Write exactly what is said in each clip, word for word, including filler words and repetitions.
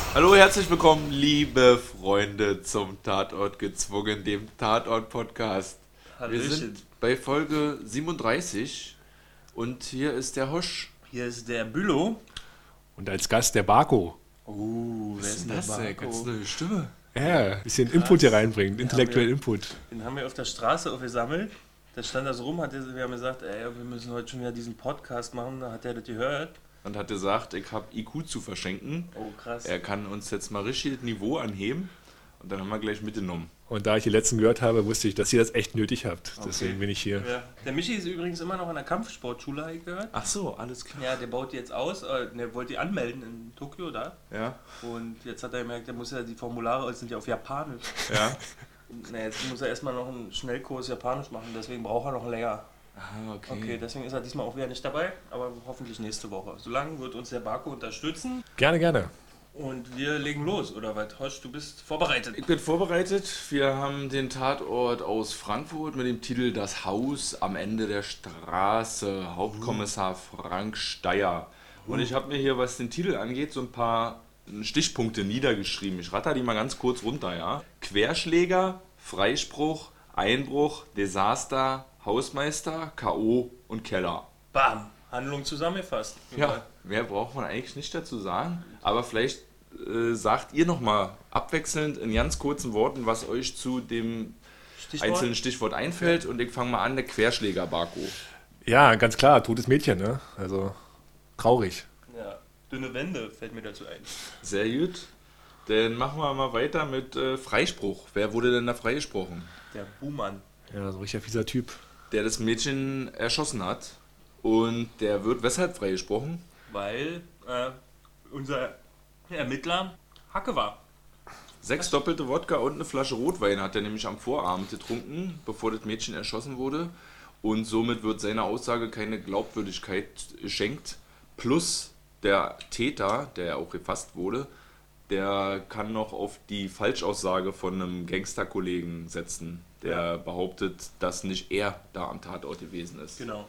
Hallo, herzlich willkommen, liebe Freunde, zum Tatort gezwungen, dem Tatort-Podcast. Wir Hallöchen. sind bei Folge siebenunddreißig und hier ist der Hosch. Hier ist der Bülow. Und als Gast der Barco. Oh, wer ist denn der ey? Ganz Marco? neue Stimme. Ja, ein bisschen Input hier reinbringen, intellektuellen Input. Den haben wir auf der Straße aufgesammelt. Der stand da so rum, hat der, wir haben gesagt, ey, wir müssen heute schon wieder diesen Podcast machen. Da hat er das gehört. Und hat gesagt, ich habe I Q zu verschenken. Oh, krass. Er kann uns jetzt mal richtig das Niveau anheben. Und dann haben wir gleich mitgenommen. Und da ich die letzten gehört habe, wusste ich, dass ihr das echt nötig habt. Deswegen Okay. bin ich hier. Ja. Der Michi ist übrigens immer noch in der Kampfsportschule, habe ich gehört. Ach so, alles klar. Ja, der baut die jetzt aus, äh, der wollte die anmelden in Tokio da. Ja, Und jetzt hat er gemerkt, der muss ja die Formulare, das sind ja auf Japanisch. ja. Na, jetzt muss er erstmal noch einen Schnellkurs Japanisch machen, deswegen braucht er noch länger. Ah, okay. Okay, deswegen ist er diesmal auch wieder nicht dabei, aber hoffentlich nächste Woche. Solange wird uns der Barco unterstützen Gerne, gerne. und wir legen los, oder was? Hosch, du bist vorbereitet. Ich bin vorbereitet. Wir haben den Tatort aus Frankfurt mit dem Titel Das Haus am Ende der Straße. Hauptkommissar Frank Steyer. Und ich habe mir hier, was den Titel angeht, so ein paar Stichpunkte niedergeschrieben. Ich ratter die mal ganz kurz runter, ja. Querschläger, Freispruch, Einbruch, Desaster, Hausmeister, K O und Keller. Bam, Handlung zusammengefasst. Ja, mehr braucht man eigentlich nicht dazu sagen. Aber vielleicht äh, sagt ihr nochmal abwechselnd in ganz kurzen Worten, was euch zu dem Stichwort? einzelnen Stichwort einfällt. Und ich fange mal an, der Querschläger, Barco. Ja, ganz klar, totes Mädchen, ne? Also traurig. Ja, dünne Wände fällt mir dazu ein. Sehr gut. Dann machen wir mal weiter mit äh, Freispruch. Wer wurde denn da freigesprochen? Der Buhmann. Ja, so ein richtiger fieser Typ. Der das Mädchen erschossen hat. Und der wird weshalb freigesprochen? Weil äh, unser Ermittler Hacke war. Sechs doppelte Wodka und eine Flasche Rotwein hat er nämlich am Vorabend getrunken, bevor das Mädchen erschossen wurde. Und somit wird seiner Aussage keine Glaubwürdigkeit geschenkt. Plus der Täter, der auch gefasst wurde, der kann noch auf die Falschaussage von einem Gangsterkollegen setzen, der Ja. behauptet, dass nicht er da am Tatort gewesen ist. Genau.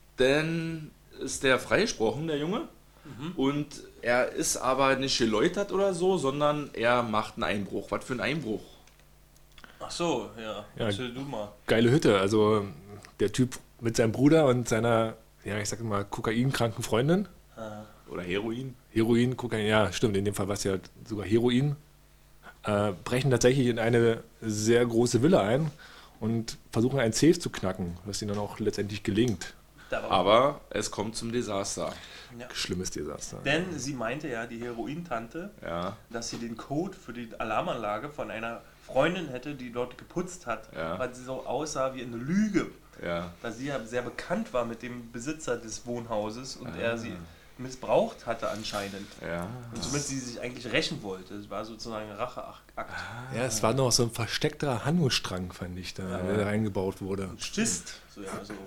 Dann ist der freigesprochen, der Junge. Und er ist aber nicht geläutert oder so, sondern er macht einen Einbruch. Was für ein Einbruch? Ach so, ja. Ja. Erzähl du mal. Geile Hütte. Also der Typ mit seinem Bruder und seiner, ja, ich sag mal, kokainkranken Freundin. Äh, Oder Heroin? Heroin, Kokain, ja, stimmt, in dem Fall war es ja sogar Heroin. Äh, brechen tatsächlich in eine sehr große Villa ein und versuchen einen Safe zu knacken, was ihnen dann auch letztendlich gelingt. da war Aber es kommt zum Desaster. Schlimmes Desaster. Denn sie meinte ja, die Herointante, Ja, dass sie den Code für die Alarmanlage von einer Freundin hätte, die dort geputzt hat, Ja. weil sie so aussah wie eine Lüge. ja. Da sie ja sehr bekannt war mit dem Besitzer des Wohnhauses und Ah. er sie missbraucht hatte anscheinend. Ja. Und somit sie sich eigentlich rächen wollte. Es war sozusagen ein Racheakt. Ja, es war noch so ein versteckter Handlungsstrang, fand ich, da, der da eingebaut wurde. Stist. So, ja, so.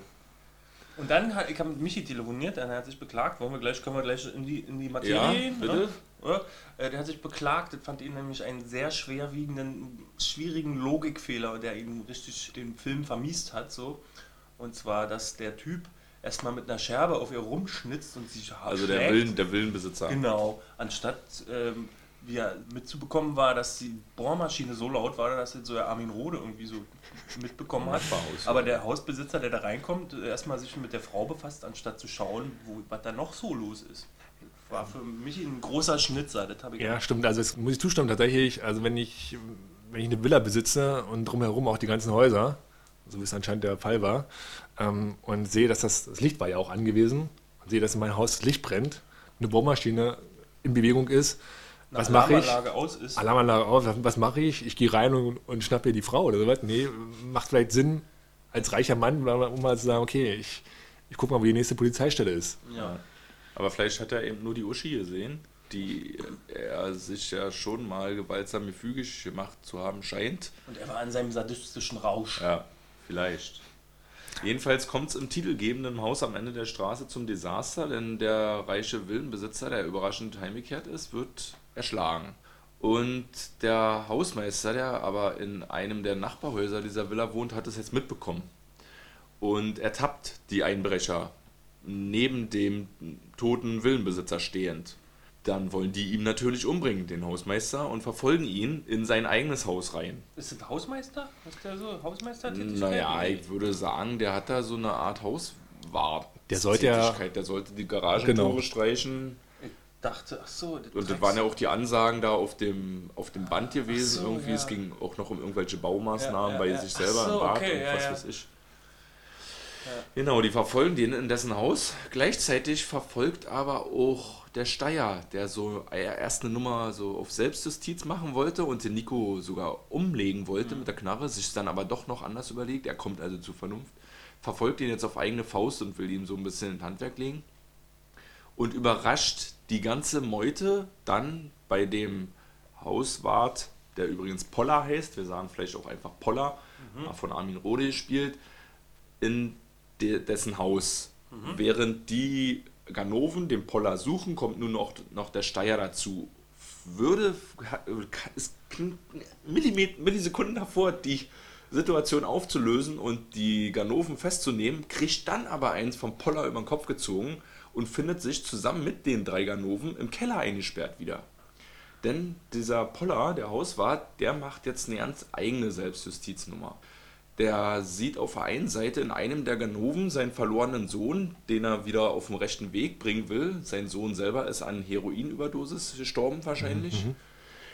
Und dann hat, ich habe mit Michi telefoniert, er hat sich beklagt, wollen wir gleich, können wir gleich in die, in die Materie Ja, gehen? bitte. Oder? Oder? Äh, Der hat sich beklagt, das fand ihn nämlich einen sehr schwerwiegenden, schwierigen Logikfehler, der ihn richtig den Film vermiest hat. So. Und zwar, dass der Typ erstmal mit einer Scherbe auf ihr rumschnitzt und sich Also der, schlägt. Willen, der Villenbesitzer. Genau, anstatt ähm, wie er mitzubekommen war, dass die Bohrmaschine so laut war, dass jetzt so der Armin Rohde irgendwie so mitbekommen hat. Nachbarhaus, Aber ja. der Hausbesitzer, der da reinkommt, erstmal sich mit der Frau befasst, anstatt zu schauen, wo, was da noch so los ist. War für mich ein großer Schnitzer, das habe ich Ja, stimmt. Also das muss ich zustimmen tatsächlich. Also wenn ich, wenn ich eine Villa besitze und drumherum auch die ganzen Häuser, so wie es anscheinend der Fall war, ähm, und sehe, dass das, das Licht war ja auch angewiesen, und sehe, dass in meinem Haus das Licht brennt, eine Bohrmaschine in Bewegung ist, Eine was mache ich? Alarmanlage aus ist. Alarmanlage auf, was mache ich? Ich gehe rein und, und schnappe mir die Frau oder sowas. Nee, macht vielleicht Sinn, als reicher Mann, um mal zu sagen, okay, ich, ich gucke mal, wo die nächste Polizeistelle ist. Ja. Aber vielleicht hat er eben nur die Uschi gesehen, die er sich ja schon mal gewaltsam gefügig gemacht zu haben scheint. Und er war in seinem sadistischen Rausch. Ja, vielleicht. Jedenfalls kommt es im titelgebenden Haus am Ende der Straße zum Desaster, denn der reiche Villenbesitzer, der überraschend heimgekehrt ist, wird erschlagen. Und der Hausmeister, der aber in einem der Nachbarhäuser dieser Villa wohnt, hat es jetzt mitbekommen. Und ertappt die Einbrecher neben dem toten Villenbesitzer stehend. dann wollen die ihn natürlich umbringen, den Hausmeister, und verfolgen ihn in sein eigenes Haus rein. Ist das Hausmeister? Ist der so Hausmeister-Tätigkeit? Naja, ich würde sagen, der hat da so eine Art Hauswart. Der sollte ja- Der sollte die Garagentore Genau. streichen. Ich dachte, ach so. Das Und das Drecks- waren ja auch die Ansagen da auf dem, auf dem Band gewesen. Ach so, irgendwie. ja. Es ging auch noch um irgendwelche Baumaßnahmen Ja, ja, bei ja. sich Ach selber so, im Bad okay, und ja, was ja. weiß ich. Genau, die verfolgen den in dessen Haus. Gleichzeitig verfolgt aber auch der Steier, der so erst eine Nummer so auf Selbstjustiz machen wollte und den Nico sogar umlegen wollte mit der Knarre, sich dann aber doch noch anders überlegt. Er kommt also zur Vernunft, verfolgt ihn jetzt auf eigene Faust und will ihm so ein bisschen ins Handwerk legen und überrascht die ganze Meute dann bei dem Hauswart, der übrigens Poller heißt, wir sagen vielleicht auch einfach Poller, mhm. von Armin Rohde gespielt, in de dessen Haus. Mhm. Während die Ganoven den Poller suchen, kommt nun noch, noch der Steier dazu. Würde, es Millimeter, Millisekunden davor, die Situation aufzulösen und die Ganoven festzunehmen, kriegt dann aber eins vom Poller über den Kopf gezogen und findet sich zusammen mit den drei Ganoven im Keller eingesperrt wieder. Denn dieser Poller, der Hauswart, der macht jetzt eine ganz eigene Selbstjustiznummer. Der sieht auf der einen Seite in einem der Ganoven seinen verlorenen Sohn, den er wieder auf den rechten Weg bringen will. Sein Sohn selber ist an Heroinüberdosis gestorben wahrscheinlich. Mhm.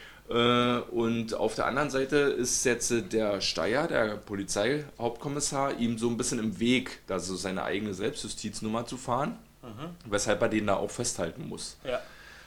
Äh, und auf der anderen Seite ist jetzt der Steier, der Polizeihauptkommissar, ihm so ein bisschen im Weg, also seine eigene Selbstjustiznummer zu fahren, mhm. weshalb er den da auch festhalten muss. Ja.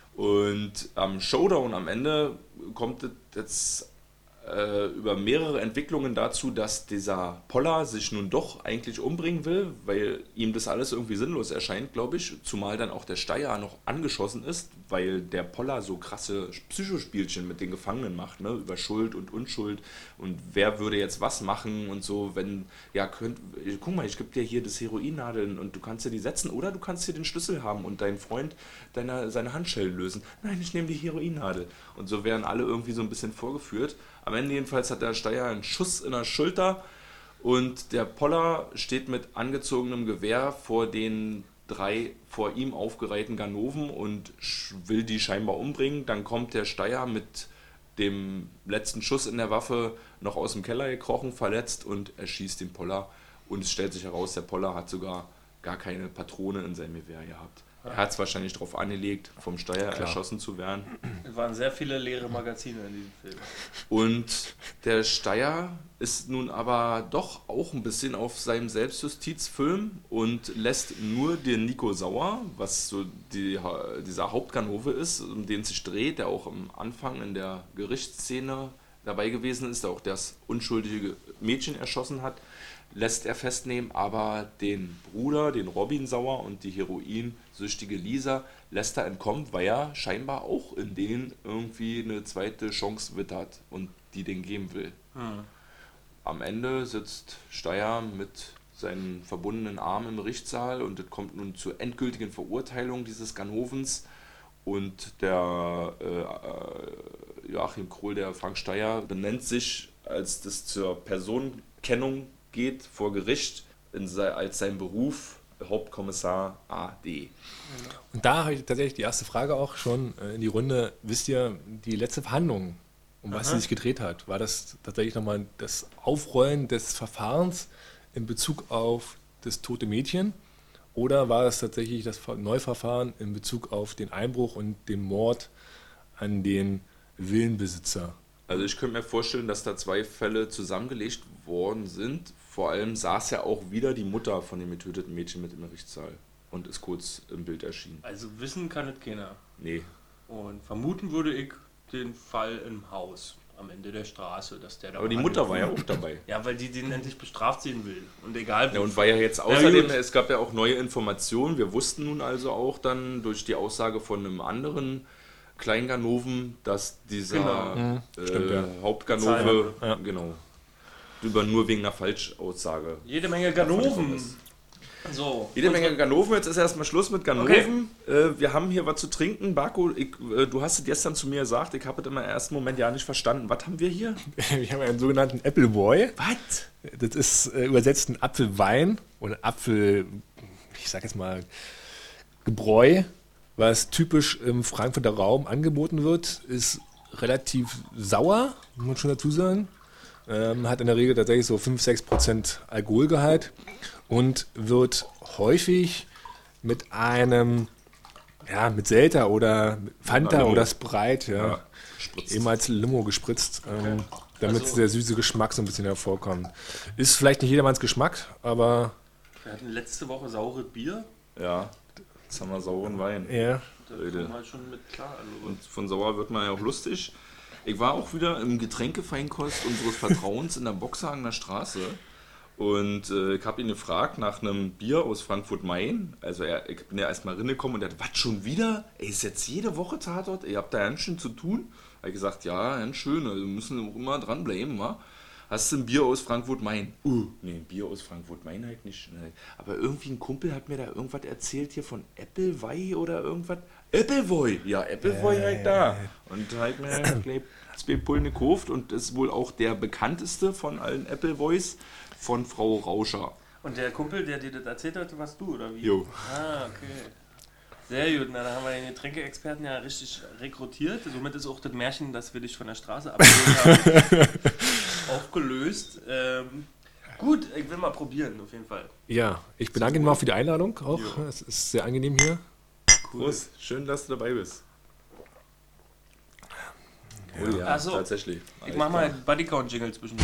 Und am Showdown am Ende kommt es jetzt äh, über mehrere Entwicklungen dazu, dass dieser Poller sich nun doch eigentlich umbringen will, weil ihm das alles irgendwie sinnlos erscheint, glaube ich. Zumal dann auch der Steier noch angeschossen ist, weil der Poller so krasse Psychospielchen mit den Gefangenen macht, ne? Über Schuld und Unschuld und wer würde jetzt was machen und so, wenn, ja, könnt, guck mal, ich gebe dir hier das Heroinnadeln und du kannst dir die setzen oder du kannst hier den Schlüssel haben und dein Freund deine, seine Handschellen lösen. Nein, ich nehme die Heroinnadel. Und so werden alle irgendwie so ein bisschen vorgeführt. Am Ende jedenfalls hat der Steier einen Schuss in der Schulter und der Poller steht mit angezogenem Gewehr vor den drei vor ihm aufgereihten Ganoven und will die scheinbar umbringen. Dann kommt der Steier mit dem letzten Schuss in der Waffe noch aus dem Keller gekrochen, verletzt und erschießt den Poller. Und es stellt sich heraus, der Poller hat sogar gar keine Patrone in seinem Gewehr gehabt. Er hat es wahrscheinlich darauf angelegt, vom Steier Klar. erschossen zu werden. Es waren sehr viele leere Magazine in diesem Film. Und der Steier ist nun aber doch auch ein bisschen auf seinem Selbstjustizfilm und lässt nur den Nico Sauer, was so die, dieser Hauptganove ist, um den es sich dreht, der auch am Anfang in der Gerichtsszene dabei gewesen ist, der auch das unschuldige Mädchen erschossen hat, lässt er festnehmen, aber den Bruder, den Robin Sauer und die heroinsüchtige Lisa lässt er entkommen, weil er scheinbar auch in denen irgendwie eine zweite Chance wittert und die den geben will. Hm. Am Ende sitzt Steier mit seinen verbundenen Armen im Gerichtssaal und es kommt nun zur endgültigen Verurteilung dieses Ganovens und der äh, Joachim Krohl, der Frank Steier, benennt sich, als das zur Personenkennung geht vor Gericht in se als sein Beruf Hauptkommissar A D. Und da habe ich tatsächlich die erste Frage auch schon äh, in die Runde. Wisst ihr, die letzte Verhandlung, um was Aha. sie sich gedreht hat, war das tatsächlich nochmal das Aufrollen des Verfahrens in Bezug auf das tote Mädchen oder war es tatsächlich das Neuverfahren in Bezug auf den Einbruch und den Mord an den Villenbesitzer? Also ich könnte mir vorstellen, dass da zwei Fälle zusammengelegt worden sind. Vor allem saß ja auch wieder die Mutter von dem getöteten Mädchen mit im Gerichtssaal und ist kurz im Bild erschienen. Also wissen kann es keiner. Nee. Und vermuten würde ich den Fall im Haus am Ende der Straße, dass der da. Aber die Mutter war ja auch dabei. Ja, weil die den endlich bestraft sehen will. Und egal. Ja, und weil ja jetzt außerdem, ja, es gab ja auch neue Informationen. Wir wussten nun also auch dann durch die Aussage von einem anderen Kleinganoven, dass dieser genau. äh, Stimmt, ja. Hauptganove, ja. genau, über nur wegen einer Falschaussage. Jede Menge Ganoven. So. Jede Menge Ganoven, jetzt ist erstmal Schluss mit Ganoven. Okay. Äh, wir haben hier was zu trinken. Barco, ich, äh, du hast es gestern zu mir gesagt, ich habe es im ersten Moment ja nicht verstanden. Was haben wir hier? Wir haben einen sogenannten Apple Boy. Was? Das ist äh, übersetzt ein Apfelwein oder Apfel, ich sag jetzt mal, Gebräu, was typisch im Frankfurter Raum angeboten wird, ist relativ sauer, muss man schon dazu sagen. Ähm, hat in der Regel tatsächlich so fünf bis sechs Prozent Alkoholgehalt und wird häufig mit einem, ja, mit Selter oder Fanta Limo. oder Sprite, ja, Ja, gespritzt. eben als Limo gespritzt, ähm, Okay. damit Also- der süße Geschmack so ein bisschen hervorkommt. Ist vielleicht nicht jedermanns Geschmack, aber Wir hatten letzte Woche saure Bier. Ja, jetzt haben wir sauren Wein. ja. Da Leute. kommen wir halt schon mit klar. Also, Und von sauer wird man ja auch lustig. Ich war auch wieder im Getränkefeinkost unseres Vertrauens in der Boxhagener Straße. Und äh, ich habe ihn gefragt nach einem Bier aus Frankfurt-Main. Also er, ich bin ja erstmal reingekommen und er hat, was, schon wieder? Ey, ist jetzt jede Woche Tatort? Ihr habt da ganz schön zu tun? Habe ich gesagt, ja, ganz schön. Also wir müssen auch immer dranbleiben, wa? Hast du ein Bier aus Frankfurt-Main? Uh, nee, ein Bier aus Frankfurt-Main halt nicht. Nee. Aber irgendwie ein Kumpel hat mir da irgendwas erzählt hier von Applewei oder irgendwas. Appleboy, ja, Appleboy Äh. halt da. Und halt mir gleich zwei Pullen gekauft und ist wohl auch der bekannteste von allen Appleboys von Frau Rauscher. und der Kumpel, der dir das erzählt hat, warst du, oder wie? Jo. Ah, okay. Sehr gut, na, da haben wir den Getränkeexperten ja richtig rekrutiert. Somit ist auch das Märchen, dass wir dich von der Straße abgeholt haben, aufgelöst. Ähm, gut, ich will mal probieren, auf jeden Fall. Ja, ich bedanke mich mal für die Einladung auch. Es ist sehr angenehm hier. Prost, schön, dass du dabei bist. Oh ja, Ach so. tatsächlich. Ich mach mal Bodycount-Jingle zwischendurch.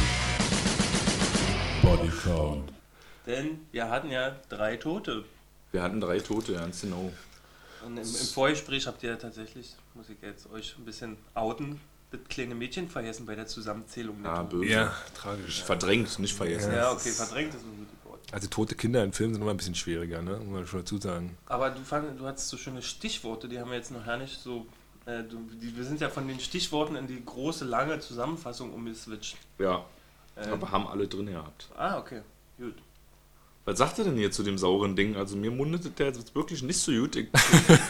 Body Count. Denn wir hatten ja drei Tote. Wir hatten drei Tote, ganz genau. Und im, im Vorgespräch habt ihr tatsächlich, muss ich jetzt euch ein bisschen outen, das kleine Mädchen vergessen bei der Zusammenzählung der Ah, Toten. böse. Ja, tragisch. Verdrängt, nicht vergessen. Ja, okay, verdrängt ist ein gutes Wort. Also tote Kinder in Filmen sind immer ein bisschen schwieriger, ne? Muss man schon dazu sagen. Aber du, fand, du hattest so schöne Stichworte, die haben wir jetzt noch gar nicht so. Äh, du, die, wir sind ja von den Stichworten in die große, lange Zusammenfassung umgeswitcht. Ja, Ähm, aber haben alle drin gehabt. ah, okay, gut. Was sagt er denn hier zu dem sauren Ding? Also mir mundet der jetzt wirklich nicht so gut. Ich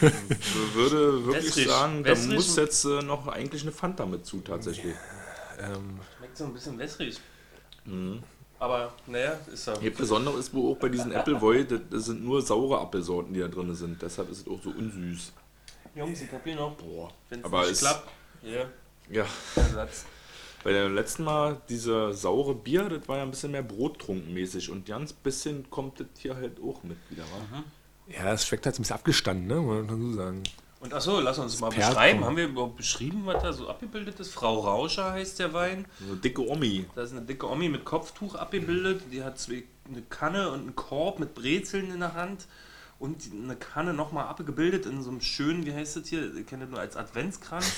würde wirklich Wässrig. sagen, da Wässrig muss und- jetzt äh, noch eigentlich eine Fanta mit zu tatsächlich. Ähm, Schmeckt so ein bisschen wässrig. Mhm. Aber naja, ist ja. Hier besonders ist wohl auch bei diesen Appleboy, das, das sind nur saure Apfelsorten, die da drin sind. Deshalb ist es auch so unsüß. Jungs, ich hab hier noch. Boah. Wenn es Aber nicht es- klappt, hier, Ja, Ersatz. bei dem letzten Mal diese saure Bier, das war ja ein bisschen mehr brottrunkenmäßig und ganz bisschen kommt das hier halt auch mit wieder. Wa? ja, es schmeckt halt ein bisschen abgestanden, ne? Muss man so sagen. Und achso, lass uns mal Perl- beschreiben. Haben wir überhaupt beschrieben, was da so abgebildet ist? Frau Rauscher heißt der Wein. So eine dicke Omi. Da ist eine dicke Omi mit Kopftuch abgebildet. Die hat zwei, eine Kanne und einen Korb mit Brezeln in der Hand. Und die- eine Kanne nochmal abgebildet in so einem schönen, wie heißt das hier? Ich kenne das nur als Adventskranz.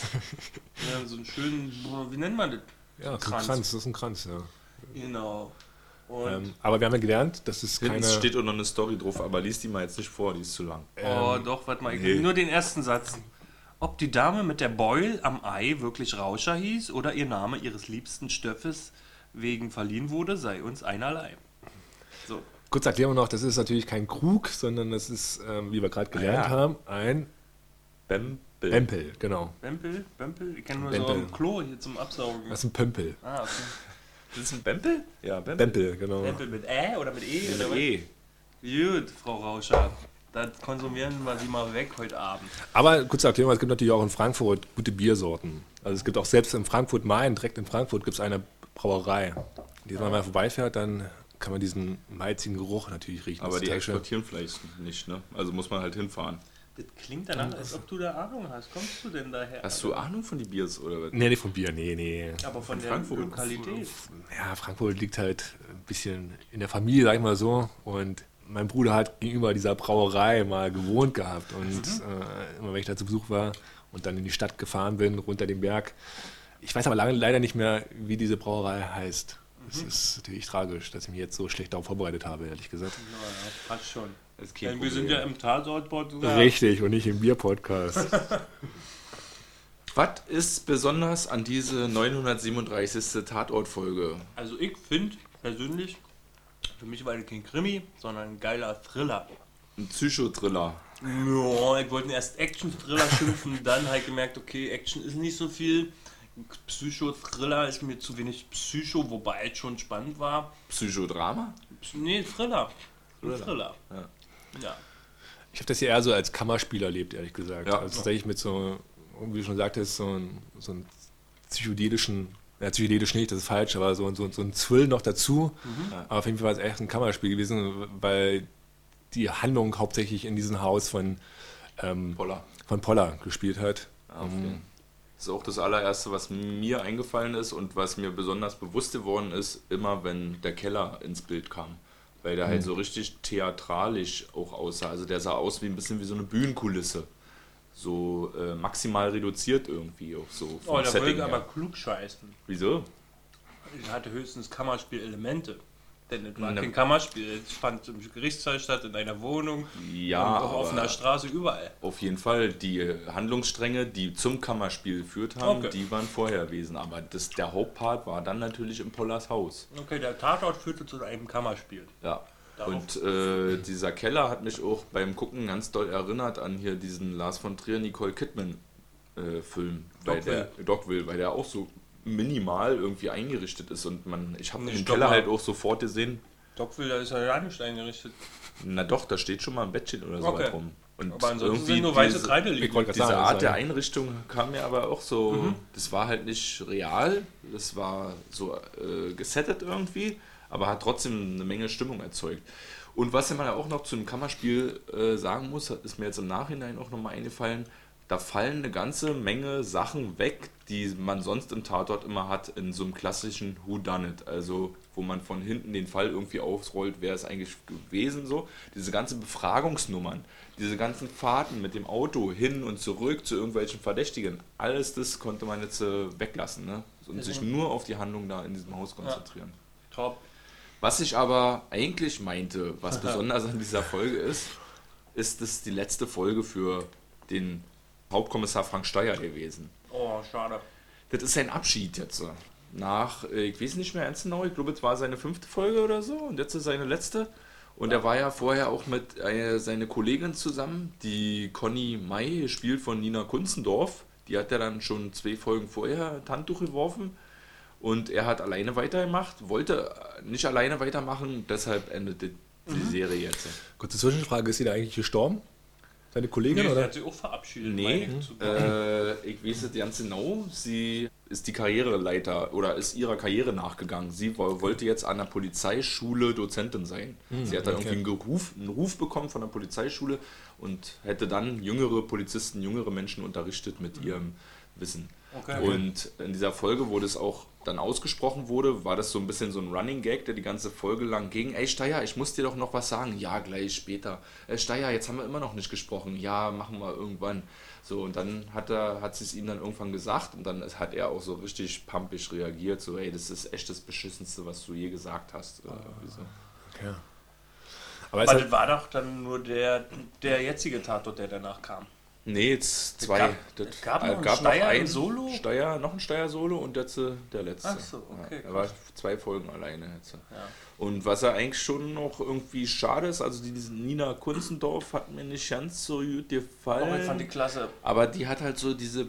Ja, so einen schönen, wie nennt man das? Ja, das ist ein Kranz. Kranz, das ist ein Kranz, ja. Genau. Und Ähm, aber wir haben ja gelernt, dass es Hinten keine... steht auch noch eine Story drauf, aber lies die mal jetzt nicht vor, die ist zu lang. oh, doch, warte mal, ich nee. nur den ersten Satz. Ob die Dame mit der Beul am Ei wirklich Rauscher hieß oder ihr Name ihres liebsten Stoffes wegen verliehen wurde, sei uns einerlei. So. Kurz erklären wir noch, das ist natürlich kein Krug, sondern das ist, ähm, wie wir gerade gelernt ja. haben, ein Bempel. Bempel, genau. Bempel? Bempel? Ich kenne nur Bempel. so am Klo hier zum Absaugen. Das ist ein Pömpel. Ah, okay. Das ist ein Bempel? Ja, Bempel. Bempel, genau. Bempel mit Ä oder mit E? Oder Mit was? E. Gut, Frau Rauscher. Das konsumieren wir sie mal weg heute Abend. Aber kurz erklären, es gibt natürlich auch in Frankfurt gute Biersorten. Also es gibt auch selbst in Frankfurt-Main, direkt in Frankfurt, gibt es eine Brauerei. Die, wenn man mal vorbeifährt, dann kann man diesen malzigen Geruch natürlich riechen. Aber Das die ist total schön. exportieren vielleicht nicht, ne? Also muss man halt hinfahren. Das klingt danach, als ob du da Ahnung hast. Kommst du denn daher? Hast du Ahnung von die Biers oder was? Nee, nicht von Bier, nee, nee. Aber von Von der Frankfurt? Lokalität. Ja, Frankfurt liegt halt ein bisschen in der Familie, sag ich mal so. Und mein Bruder hat gegenüber dieser Brauerei mal gewohnt gehabt. Und äh, immer wenn ich da zu Besuch war und dann in die Stadt gefahren bin, runter den Berg. Ich weiß aber lange, leider nicht mehr, wie diese Brauerei heißt. Das ist natürlich tragisch, dass ich mich jetzt so schlecht darauf vorbereitet habe, ehrlich gesagt. Na ja, passt schon. Das ist kein Denn wir sind Problem. ja im Tatortbord sogar. Richtig, und nicht im Bier-Podcast. Was ist besonders an diese neunhundertsiebenunddreißigste Tatortfolge? Also ich finde persönlich, für mich war das kein Krimi, sondern ein geiler Thriller. Ein Psychothriller. Ja, ich wollte erst Action-Thriller schimpfen, dann halt gemerkt, okay, Action ist nicht so viel. Psychothriller ist mir zu wenig Psycho, wobei es schon spannend war. Psychodrama? Nee, Thriller. Ein Thriller. Thriller. Ja. Ja. Ich habe das hier eher so als Kammerspiel erlebt, ehrlich gesagt. Ja. Also tatsächlich mit so, wie du schon sagtest, so einen so einen psychedelischen, ja, psychedelisch nicht, das ist falsch, aber so, so, so ein Thrill noch dazu. Mhm. Aber auf jeden Fall war es echt ein Kammerspiel gewesen, weil die Handlung hauptsächlich in diesem Haus von ähm, Poller. von Poller gespielt hat. Ja, um, das ist auch das allererste, was mir eingefallen ist und was mir besonders bewusst geworden ist, immer wenn der Keller ins Bild kam. Weil der mhm. halt so richtig theatralisch auch aussah. Also der sah aus wie ein bisschen wie so eine Bühnenkulisse. So äh, maximal reduziert irgendwie auch so. Oh, da wollte aber klug scheißen. Wieso? Ich hatte höchstens Kammerspielelemente. Denn es war Ne. kein Kammerspiel, es fand im Gerichtssaal statt, in einer Wohnung, ja, auch auf einer Straße, überall. Auf jeden Fall, die Handlungsstränge, die zum Kammerspiel geführt haben, Okay. die waren vorher gewesen. Aber das, der Hauptpart war dann natürlich im Pollers Haus. Okay, der Tatort führte zu einem Kammerspiel. Ja. Darauf- Und äh, dieser Keller hat mich auch beim Gucken ganz doll erinnert an hier diesen Lars von Trier, Nicole Kidman äh, Film. Weil der, Dogville, weil der auch so minimal irgendwie eingerichtet ist und man, ich habe Nicht den Dogma. Keller halt auch sofort gesehen. Dogville, da ist er ja nicht eingerichtet. Na doch, da steht schon mal ein Bettchen oder so Okay. rum. Und Aber ansonsten irgendwie sind nur weiße diese- Kreide Ich liegen. wollte Diese gerade sagen, Art das der ist Einrichtung kam mir aber auch so, Mhm. das war halt nicht real, das war so äh, gesettet irgendwie, aber hat trotzdem eine Menge Stimmung erzeugt. Und was man ja auch noch zu einem Kammerspiel äh, sagen muss, ist mir jetzt im Nachhinein auch nochmal eingefallen, da fallen eine ganze Menge Sachen weg, die man sonst im Tatort immer hat, in so einem klassischen Whodunit, also wo man von hinten den Fall irgendwie aufrollt, wer ist eigentlich gewesen, so. Diese ganzen Befragungsnummern, diese ganzen Fahrten mit dem Auto hin und zurück zu irgendwelchen Verdächtigen, alles das konnte man jetzt äh, weglassen, ne? Und sich nur auf die Handlung da in diesem Haus konzentrieren. Top. Was ich aber eigentlich meinte, was besonders an dieser Folge ist, ist es die letzte Folge für den Hauptkommissar Frank Steier gewesen. Oh, schade. Das ist sein Abschied jetzt. Nach, äh, ich weiß nicht mehr ganz genau, ich glaube, es war seine fünfte Folge oder so und jetzt ist seine letzte. Und er war ja vorher auch mit äh, seiner Kollegin zusammen, die Conny May, gespielt von Nina Kunzendorf. Die hat er dann schon zwei Folgen vorher das Handtuch geworfen. Und er hat alleine weitergemacht, wollte nicht alleine weitermachen, deshalb endet die, die Mhm. Serie jetzt. Kurze Zwischenfrage, ist sie da eigentlich gestorben? Seine Kollegin, Nee, oder? sie hat sich auch verabschiedet. Nee, meine ich zu- äh, ich weiß es ganz genau, sie ist die Karriereleiter oder ist ihrer Karriere nachgegangen. Sie wo- wollte jetzt an der Polizeischule Dozentin sein. sie hat dann okay. irgendwie einen Ruf, einen Ruf bekommen von der Polizeischule und hätte dann jüngere Polizisten, jüngere Menschen unterrichtet mit ihrem Wissen. Okay. Und in dieser Folge, wo das auch dann ausgesprochen wurde, war das so ein bisschen so ein Running Gag, der die ganze Folge lang ging. Ey Steier, ich muss dir doch noch was sagen. Ja, gleich später. Ey Steier, jetzt haben wir immer noch nicht gesprochen. Ja, machen wir irgendwann. So, und dann hat er, hat sie es ihm dann irgendwann gesagt und dann hat er auch so richtig pumpig reagiert. So, ey, das ist echt das Beschissenste, was du je gesagt hast. Äh, so. Ja. Aber es Aber hat, das war doch dann nur der, der jetzige Tatort, der danach kam. Nee, jetzt zwei. gab- das es gab noch äh, einen gab Steier einen im Solo? Steier, noch ein Steier-Solo und jetzt äh, der letzte. Ach so, okay, Ja, er war zwei Folgen alleine jetzt. Ja. Und was er eigentlich schon noch irgendwie schade ist, also die, diese Nina Kunzendorf hat mir nicht ganz so gut gefallen. Aber ich fand die klasse. Aber die hat halt so diese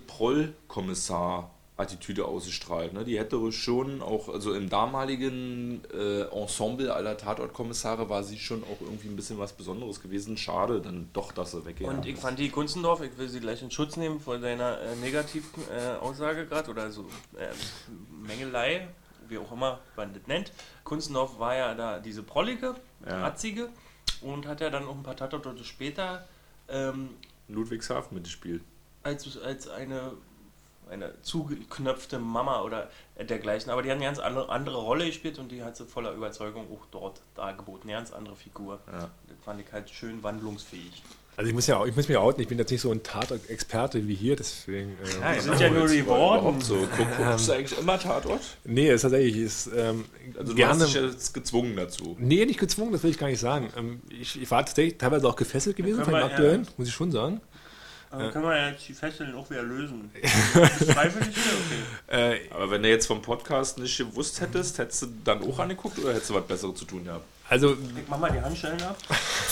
Proll-Kommissar-Attitüde ausgestrahlt. Ne? Die hätte schon auch, also im damaligen äh, Ensemble aller Tatortkommissare war sie schon auch irgendwie ein bisschen was Besonderes gewesen. Schade, dann doch, dass sie weggegangen Und ich ist. fand die Kunzendorf, ich will sie gleich in Schutz nehmen vor deiner äh, negativen äh, Aussage gerade oder so äh, Mengelei, wie auch immer man das nennt. Kunzendorf war ja da diese Prollige, Ja. Atzige und hat ja dann auch ein paar Tatorte später ähm, Ludwigshafen mitgespielt. als, als eine, eine zugeknöpfte Mama oder dergleichen. Aber die hat eine ganz andere, andere Rolle gespielt und die hat sie voller Überzeugung auch dort dargeboten. Eine ganz andere Figur. Ja. Das fand ich halt schön wandlungsfähig. also ich muss ja auch, ich muss mich outen, ich bin jetzt nicht so ein Tatort-Experte wie hier, deswegen. Äh, Ja, die sind ja nur geworden. Überhaupt so. Guck, guckst du eigentlich immer Tatort? nee, ist tatsächlich ist ähm, Also du gerne. hast dich jetzt gezwungen dazu. Nee, nicht gezwungen, das will ich gar nicht sagen. Ähm, ich, ich war tatsächlich teilweise auch gefesselt gewesen Können von dem wir, aktuellen, ja. muss ich schon sagen. Aber können wir jetzt die Fesseln auch wieder lösen? Freiwillig oder okay? Äh, Aber wenn du jetzt vom Podcast nicht gewusst hättest, hättest du dann auch angeguckt oder hättest du was Besseres zu tun gehabt? also, Ich mach mal die Handschellen ab.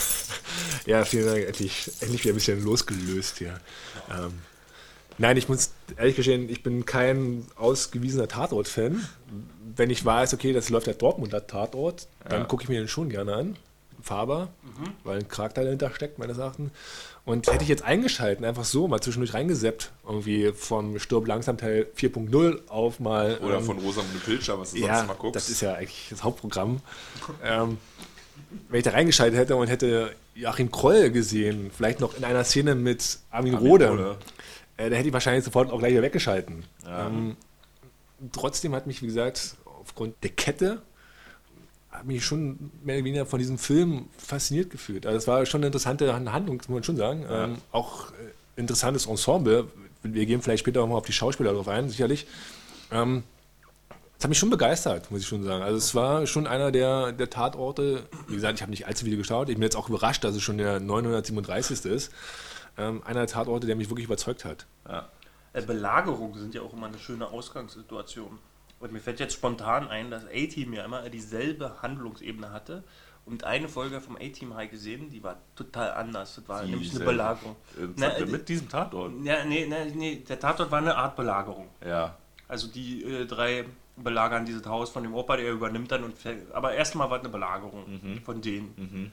ja, vielen Dank, endlich, endlich wieder ein bisschen losgelöst hier. Ähm, nein, ich muss ehrlich gestehen, ich bin kein ausgewiesener Tatort-Fan. Wenn ich weiß, okay, das läuft der Dortmunder Tatort, dann Ja. gucke ich mir den schon gerne an. Faber, mhm. weil ein Charakter dahinter steckt, meines Erachtens. Und hätte ich jetzt eingeschalten, einfach so, mal zwischendurch reingeseppt, irgendwie vom Stirb langsam Teil vier Punkt null auf mal... Oder ähm, von Rosamunde Pilcher, was du ja, sonst mal guckst. das ist ja eigentlich das Hauptprogramm. ähm, wenn ich da reingeschaltet hätte und hätte Joachim Kroll gesehen, vielleicht noch in einer Szene mit Armin, Armin Rohde, Rohde. Äh, da hätte ich wahrscheinlich sofort auch gleich wieder weggeschalten. Ja. Ähm, trotzdem hat mich, wie gesagt, aufgrund der Kette hat mich schon mehr oder weniger von diesem Film fasziniert gefühlt. Also es war schon eine interessante Handlung, muss man schon sagen. Ja. Ähm, auch äh, interessantes Ensemble. Wir gehen vielleicht später auch mal auf die Schauspieler drauf ein, sicherlich. Ähm, das hat mich schon begeistert, muss ich schon sagen. Also es war schon einer der, der Tatorte, wie gesagt, ich habe nicht allzu viele geschaut. Ich bin jetzt auch überrascht, dass es schon der neunhundertsiebenunddreißigste ist. Ähm, einer der Tatorte, der mich wirklich überzeugt hat. Ja. Äh, Belagerungen sind ja auch immer eine schöne Ausgangssituation. Und mir fällt jetzt spontan ein, dass A-Team ja immer dieselbe Handlungsebene hatte. Und eine Folge vom A-Team habe ich gesehen, die war total anders. Das war die nämlich eine Belagerung. Na, mit diesem Tatort? Ja, nee, nee, nee, der Tatort war eine Art Belagerung. Ja. Also die äh, drei belagern dieses Haus von dem Opa, der übernimmt dann. und Aber erstmal war es eine Belagerung mhm. von denen.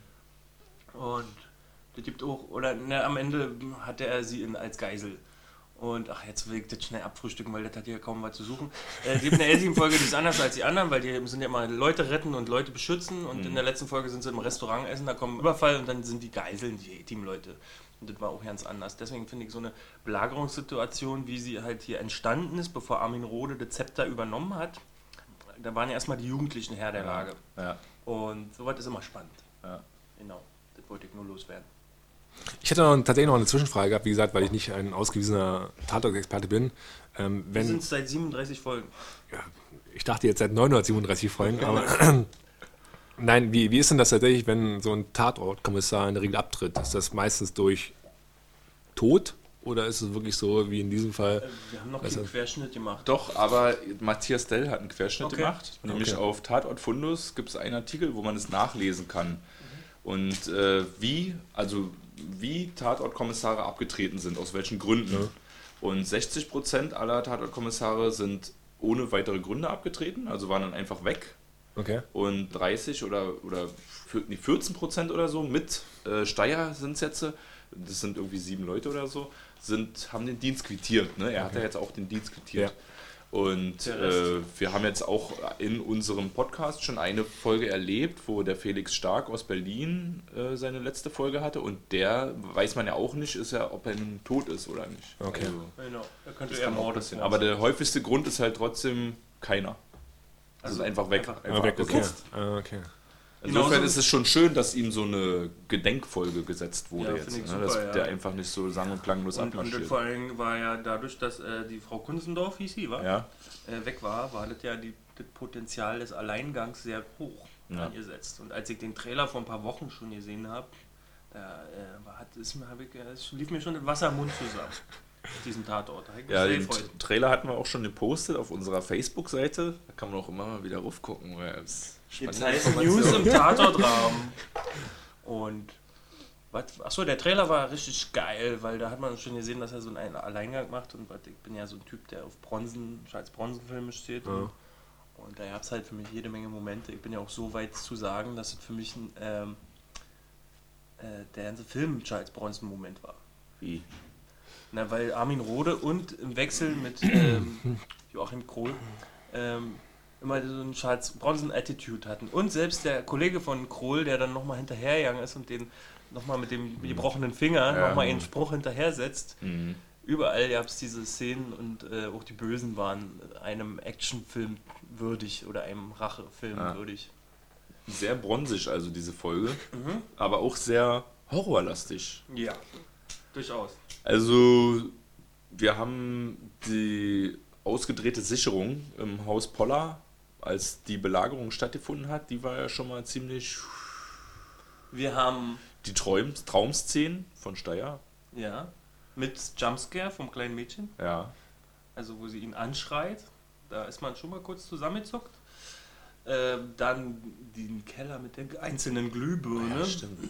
Mhm. Und das gibt auch, oder ne, am Ende hatte er sie in, als Geisel. Und ach, jetzt will ich das schnell abfrühstücken, weil das hat hier kaum was zu suchen. Äh, es gibt eine A-Team-Folge, die ist anders als die anderen, weil die sind ja immer Leute retten und Leute beschützen. Und mhm. in der letzten Folge sind sie im Restaurant essen, da kommen Überfall und dann sind die Geiseln, die A-Team-Leute. Und das war auch ganz anders. Deswegen finde ich so eine Belagerungssituation, wie sie halt hier entstanden ist, bevor Armin Rohde das Zepter übernommen hat, da waren ja erstmal die Jugendlichen Herr der Lage. Ja. Ja. Und sowas ist immer spannend. Ja. Genau, das wollte ich nur loswerden. Ich hätte noch, tatsächlich noch eine Zwischenfrage gehabt, wie gesagt, weil ich nicht ein ausgewiesener Tatort-Experte bin. Ähm, wenn, Wir sind seit siebenunddreißig Folgen. Ja, ich dachte jetzt seit neunhundertsiebenunddreißig Folgen, aber nein, wie, wie ist denn das tatsächlich, wenn so ein Tatortkommissar in der Regel abtritt? Ist das meistens durch Tod oder ist es wirklich so wie in diesem Fall? Wir haben noch keinen Querschnitt gemacht. Doch, aber Matthias Dell hat einen Querschnitt okay. gemacht. Nämlich okay. auf Tatort Fundus gibt es einen Artikel, wo man es nachlesen kann. Mhm. Und äh, wie, also wie Tatortkommissare abgetreten sind, aus welchen Gründen. Ja. Und sechzig Prozent aller Tatortkommissare sind ohne weitere Gründe abgetreten, also waren dann einfach weg. Okay. Und dreißig oder, oder vierzehn Prozent oder so mit äh, Steier sind es jetzt, das sind irgendwie sieben Leute oder so, sind, haben den Dienst quittiert. Ne? Er okay. hat ja jetzt auch den Dienst quittiert. Ja. Und äh, wir haben jetzt auch in unserem Podcast schon eine Folge erlebt, wo der Felix Stark aus Berlin äh, seine letzte Folge hatte. Und der, weiß man ja auch nicht, ist ja, ob er nun tot ist oder nicht. Okay. Also, genau. Er könnte eher Mord sein. Aber der häufigste Grund ist halt trotzdem keiner. Also, also einfach weg. Einfach, einfach weg okay. Ah, okay. Insofern Genauso ist es schon schön, dass ihm so eine Gedenkfolge gesetzt wurde ja, jetzt. Ne? Super, dass ja. der einfach nicht so sang- und klanglos und, abmarschiert. Und vor allem war ja dadurch, dass äh, die Frau Kunzendorf, hieß sie, war, ja. äh, weg war, war das ja die, das Potenzial des Alleingangs sehr hoch ja. angesetzt. Und als ich den Trailer vor ein paar Wochen schon gesehen habe, da äh, hat, ist, hab ich, es lief mir schon das Wasser im Mund zusammen. Diesen Tatort. Ja, den T- Trailer hatten wir auch schon gepostet auf unserer Facebook-Seite. Da kann man auch immer mal wieder raufgucken. Jetzt heißt News im Tatortrahmen. Und achso, der Trailer war richtig geil, weil da hat man schon gesehen, dass er so einen Alleingang macht. Und ich bin ja so ein Typ, der auf Bronzen, als Bronzenfilme steht. Ja. Und, und da gab es halt für mich jede Menge Momente. Ich bin ja auch so weit zu sagen, dass es für mich ein, ähm, äh, der ganze Film ein Charles Bronson-Moment war. Wie? Na, weil Armin Rohde und im Wechsel mit ähm, Joachim Kroll ähm, immer so einen Charles Bronson-Attitude hatten. Und selbst der Kollege von Kroll, der dann nochmal hinterhergegangen ist und den nochmal mit dem gebrochenen Finger ja. nochmal einen Spruch hinterher setzt. Mhm. Überall gab es diese Szenen und äh, auch die Bösen waren einem Actionfilm würdig oder einem Rachefilm ja. würdig. Sehr bronzig also diese Folge, mhm. aber auch sehr horrorlastig. Ja, durchaus. Also, wir haben die ausgedrehte Sicherung im Haus Poller, als die Belagerung stattgefunden hat, die war ja schon mal ziemlich... Wir haben... Die Traum- Traumszenen von Steyr. Ja, mit Jumpscare vom kleinen Mädchen. Ja. Also, wo sie ihn anschreit, da ist man schon mal kurz zusammengezuckt. Äh, dann den Keller mit der einzelnen Glühbirne. Ja, stimmt.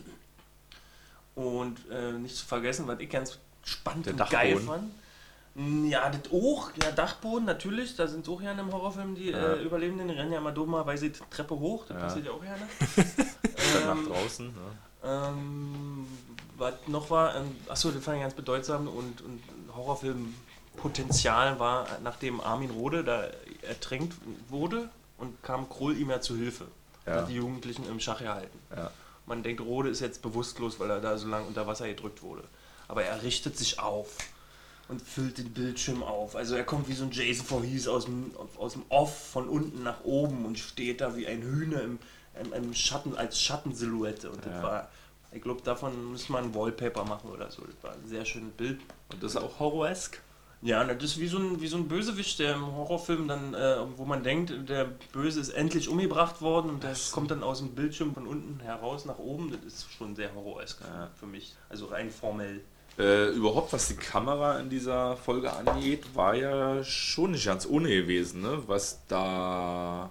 Und äh, nicht zu vergessen, was ich ganz spannend der und Dachboden. geil fand. Ja, das auch, ja, Dachboden natürlich, da sind auch ja in einem Horrorfilm die ja. äh, Überlebenden, die rennen ja mal dummerweise die Treppe hoch, das ja. passiert ja auch gerne. Statt Ähm, nach draußen. Ne? Ähm, was noch war, ähm, achso, das fand ich ganz bedeutsam und, und Horrorfilmpotenzial war, nachdem Armin Rohde da ertränkt wurde und kam Krull ihm ja zu Hilfe. Ja. Hat die Jugendlichen im Schach gehalten. Ja. Man denkt, Rohde ist jetzt bewusstlos, weil er da so lange unter Wasser gedrückt wurde. Aber er richtet sich auf und füllt den Bildschirm auf. Also er kommt wie so ein Jason Voorhees aus dem, aus dem Off von unten nach oben und steht da wie ein Hühner im, im, im Schatten, als Schattensilhouette. Und Ja. das war, ich glaube, davon müsste man ein Wallpaper machen oder so. Das war ein sehr schönes Bild. Und das ist auch horroresk. Ja, das ist wie so ein, wie so ein Bösewicht, der im Horrorfilm dann, äh, wo man denkt, der Böse ist endlich umgebracht worden und das kommt dann aus dem Bildschirm von unten heraus nach oben. Das ist schon sehr horroresk Ja. für mich. Also rein formell. Äh, überhaupt, was die Kamera in dieser Folge angeht, war ja schon nicht ganz ohne gewesen, ne? Was da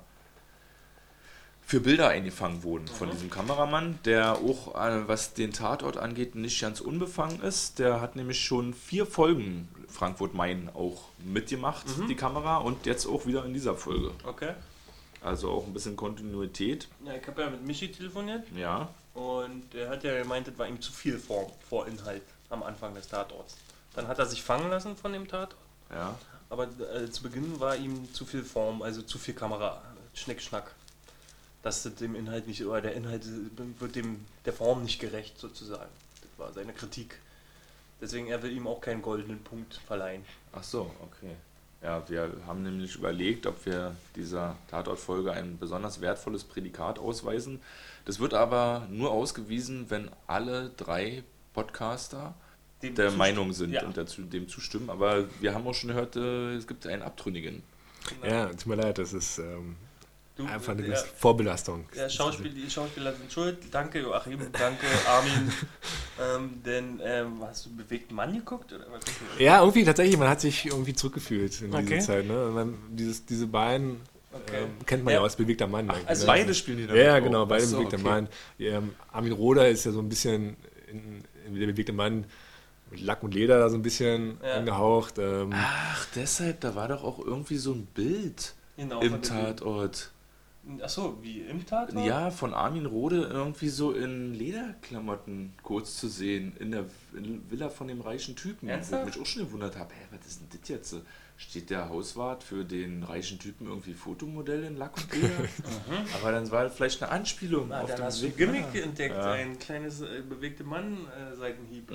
für Bilder eingefangen wurden von Mhm. diesem Kameramann, der auch, äh, was den Tatort angeht, nicht ganz unbefangen ist. Der hat nämlich schon vier Folgen Frankfurt-Main auch mitgemacht, Mhm. die Kamera, und jetzt auch wieder in dieser Folge. Okay. Also auch ein bisschen Kontinuität, Ja, ich habe ja mit Michi telefoniert ja. und der hat ja gemeint, das war ihm zu viel Form, Vorinhalt am Anfang des Tatorts. Dann hat er sich fangen lassen von dem Tatort, Ja, aber äh, zu Beginn war ihm zu viel Form, also zu viel Kamera, Schnick, Schnack. Dass das dem Inhalt nicht, oder der Inhalt wird dem der Form nicht gerecht sozusagen. Das war seine Kritik. Deswegen, er will ihm auch keinen goldenen Punkt verleihen. ach so, okay. Ja, wir haben nämlich überlegt, ob wir dieser Tatortfolge ein besonders wertvolles Prädikat ausweisen. Das wird aber nur ausgewiesen, wenn alle drei Podcaster Dem der Zust- Meinung sind Ja. und dazu, dem zustimmen. Aber wir haben auch schon gehört, äh, es gibt einen Abtrünnigen. Genau. Ja, tut mir leid, das ist ähm, Du, einfach eine der, gewisse Vorbelastung. der Schauspiel, die Schauspieler sind schuld. Danke Joachim, danke Armin. ähm, denn, ähm, hast du bewegten Mann geguckt? Oder was hast du- Ja, irgendwie tatsächlich, man hat sich irgendwie zurückgefühlt in Okay. dieser Zeit. Ne? Und man, dieses, diese beiden Okay. ähm, kennt man ja, Ja. aus Bewegter Mann. Ach, eigentlich, also ne? beide spielen die damit Ja, auch. genau, beide Ach so, Bewegter okay. Mann. Ähm, Armin Rohder ist ja so ein bisschen in, in der Bewegte Mann mit Lack und Leder da so ein bisschen Ja. angehaucht. Ähm, Ach, deshalb, da war doch auch irgendwie so ein Bild Genau, im von dem- Tatort. Achso, wie im Tatort? Ja, von Armin Rohde irgendwie so in Lederklamotten kurz zu sehen, in der in Villa von dem reichen Typen. Ernsthaft? Wo ich mich auch schon gewundert habe, hä, was ist denn das jetzt? Steht der Hauswart für den reichen Typen irgendwie Fotomodell in Lack und Leder? Aber dann war das vielleicht eine Anspielung Na, auf dann den hast du Weg- Gimmick Ja. entdeckt, Ja. ein kleines äh, bewegte Mann-Seitenhieb.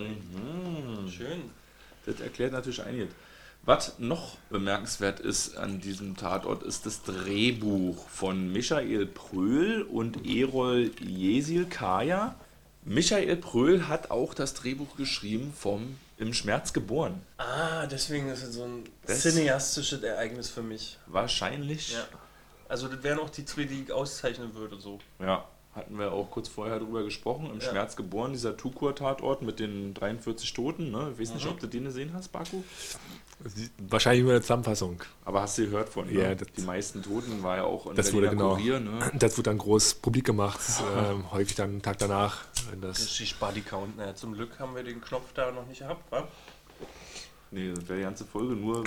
Mhm. Schön. Das erklärt natürlich einiges. Was noch bemerkenswert ist an diesem Tatort, ist das Drehbuch von Michael Pröhl und Erol Jesil-Kaya. Michael Pröhl hat auch das Drehbuch geschrieben vom Im Schmerz geboren. Ah, deswegen ist es so ein Das- cineastisches Ereignis für mich. Wahrscheinlich. Ja. Also das wären auch die zwei, die ich auszeichnen würde. So. Ja, hatten wir auch kurz vorher drüber gesprochen. Im Ja. Schmerz geboren, dieser Tukur-Tatort mit den dreiundvierzig Toten. Ne? Ich weiß nicht, Mhm. ob du den gesehen hast, Baku. wahrscheinlich nur eine Zusammenfassung. Aber hast du gehört von, ne? Ja, das- Die meisten Toten war ja auch in Das wurde Berliner genau. Kurier, ne? Das wurde dann groß publik gemacht, ähm, häufig dann einen Tag danach. Wenn das Richtig Bodycount. Naja, zum Glück haben wir den Knopf da noch nicht gehabt, wa? Nee, das wäre die ganze Folge nur.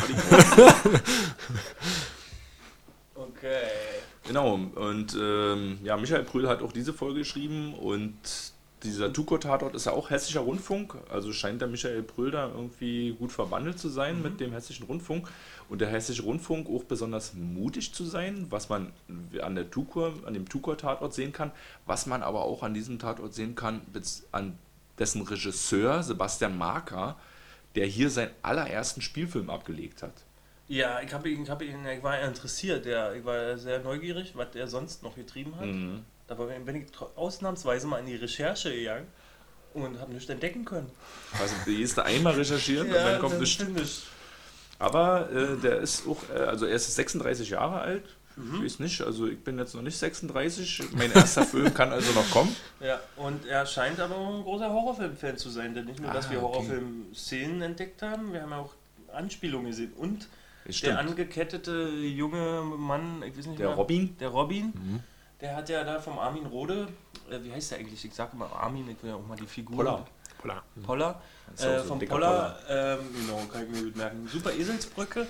Okay. Genau, und ähm, ja, Michael Pröhl hat auch diese Folge geschrieben und dieser Tukur-Tatort ist ja auch Hessischer Rundfunk, also scheint der Michael Pröhl da irgendwie gut verbandelt zu sein mit dem Hessischen Rundfunk und der Hessische Rundfunk auch besonders mutig zu sein, was man an der Tukur, an dem Tukur-Tatort sehen kann, was man aber auch an diesem Tatort sehen kann, bez- an dessen Regisseur Sebastian Marker, der hier seinen allerersten Spielfilm abgelegt hat. Ja, ich, hab ihn, ich, hab ihn, ich war ja interessiert. Der, ich war sehr neugierig, was er sonst noch getrieben hat. Mhm. Da bin ich tro- ausnahmsweise mal in die Recherche gegangen und habe nichts entdecken können. Also, die ist da einmal recherchieren und dann kommt das eine stimmt nicht. Aber äh, der ist auch, äh, also er ist sechsunddreißig Jahre alt. Mhm. Ich weiß nicht, also ich bin jetzt noch nicht sechsunddreißig. Mein erster Film kann also noch kommen. Ja, und er scheint aber auch ein großer Horrorfilm-Fan zu sein, denn nicht nur, dass Ah, wir okay. Horrorfilm-Szenen entdeckt haben, wir haben ja auch Anspielungen gesehen. Und Das der stimmt. angekettete junge Mann, ich weiß nicht Der mehr, Robin. der Robin, der hat ja da vom Armin Rohde, äh, wie heißt der eigentlich? Ich sage immer Armin, ich will ja auch mal die Figur. Poller. Polar. Poller. Das ist auch Äh, so ein vom dicker Poller, ähm, genau, kann ich mir gut merken. Super Eselsbrücke.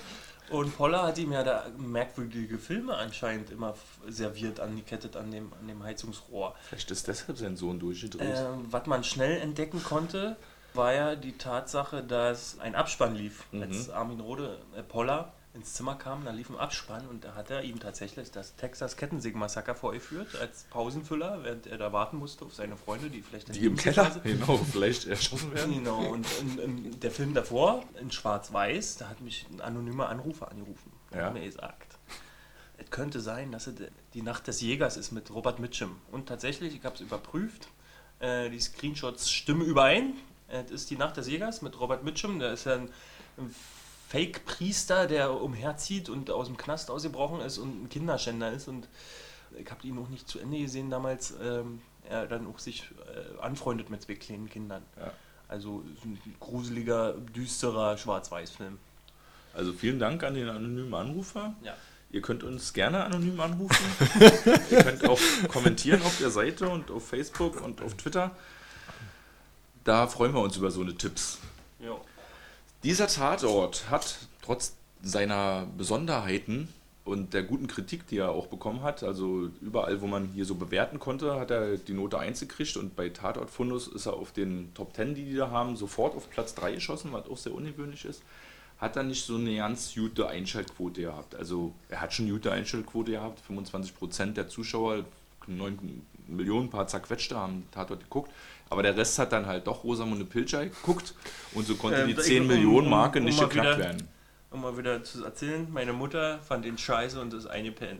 Und Poller hat ihm ja da merkwürdige Filme anscheinend immer f- serviert, angekettet an dem, an dem Heizungsrohr. Vielleicht ist deshalb sein Sohn durchgedreht. Ähm, was man schnell entdecken konnte, war ja die Tatsache, dass ein Abspann lief. Mhm. Als Armin Rohde, äh, Poller, ins Zimmer kam, da lief ein Abspann und da hat er ihm tatsächlich das Texas Kettensägen-Massaker vorgeführt, als Pausenfüller, während er da warten musste auf seine Freunde, die vielleicht in Die im der Keller, Phase- genau, vielleicht erschossen werden. Genau, und in, in, der Film davor, in Schwarz-Weiß, da hat mich ein anonymer Anrufer angerufen und Ja. hat mir gesagt, es könnte sein, dass es die Nacht des Jägers ist mit Robert Mitchum. Und tatsächlich, ich habe es überprüft, äh, die Screenshots stimmen überein. Es ist die Nacht des Jägers mit Robert Mitchum, der ist ja ein, ein Fake-Priester, der umherzieht und aus dem Knast ausgebrochen ist und ein Kinderschänder ist. Und ich habe ihn noch nicht zu Ende gesehen damals, ähm, er dann auch sich äh, anfreundet mit zwei kleinen Kindern. Ja. Also ist ein gruseliger, düsterer Schwarz-Weiß-Film. Also vielen Dank an den anonymen Anrufer. Ja. Ihr könnt uns gerne anonym anrufen. Ihr könnt auch kommentieren auf der Seite und auf Facebook und auf Twitter. Da freuen wir uns über so eine Tipps. Jo. Dieser Tatort hat trotz seiner Besonderheiten und der guten Kritik, die er auch bekommen hat, also überall, wo man hier so bewerten konnte, hat er die Note eins gekriegt und bei Tatort Fundus ist er auf den Top zehn, die die da haben, sofort auf Platz drei geschossen, was auch sehr ungewöhnlich ist. Hat er nicht so eine ganz gute Einschaltquote gehabt. Also er hat schon eine gute Einschaltquote gehabt, fünfundzwanzig Prozent der Zuschauer, neun Millionen, paar zerquetschte haben Tatort geguckt, aber der Rest hat dann halt doch Rosamunde Pilcher geguckt und so konnte Ähm, die ich- zehn um- Millionen um- Marke um nicht mal geknackt wieder- werden. Um mal wieder zu erzählen, meine Mutter fand den scheiße und ist eingepennt.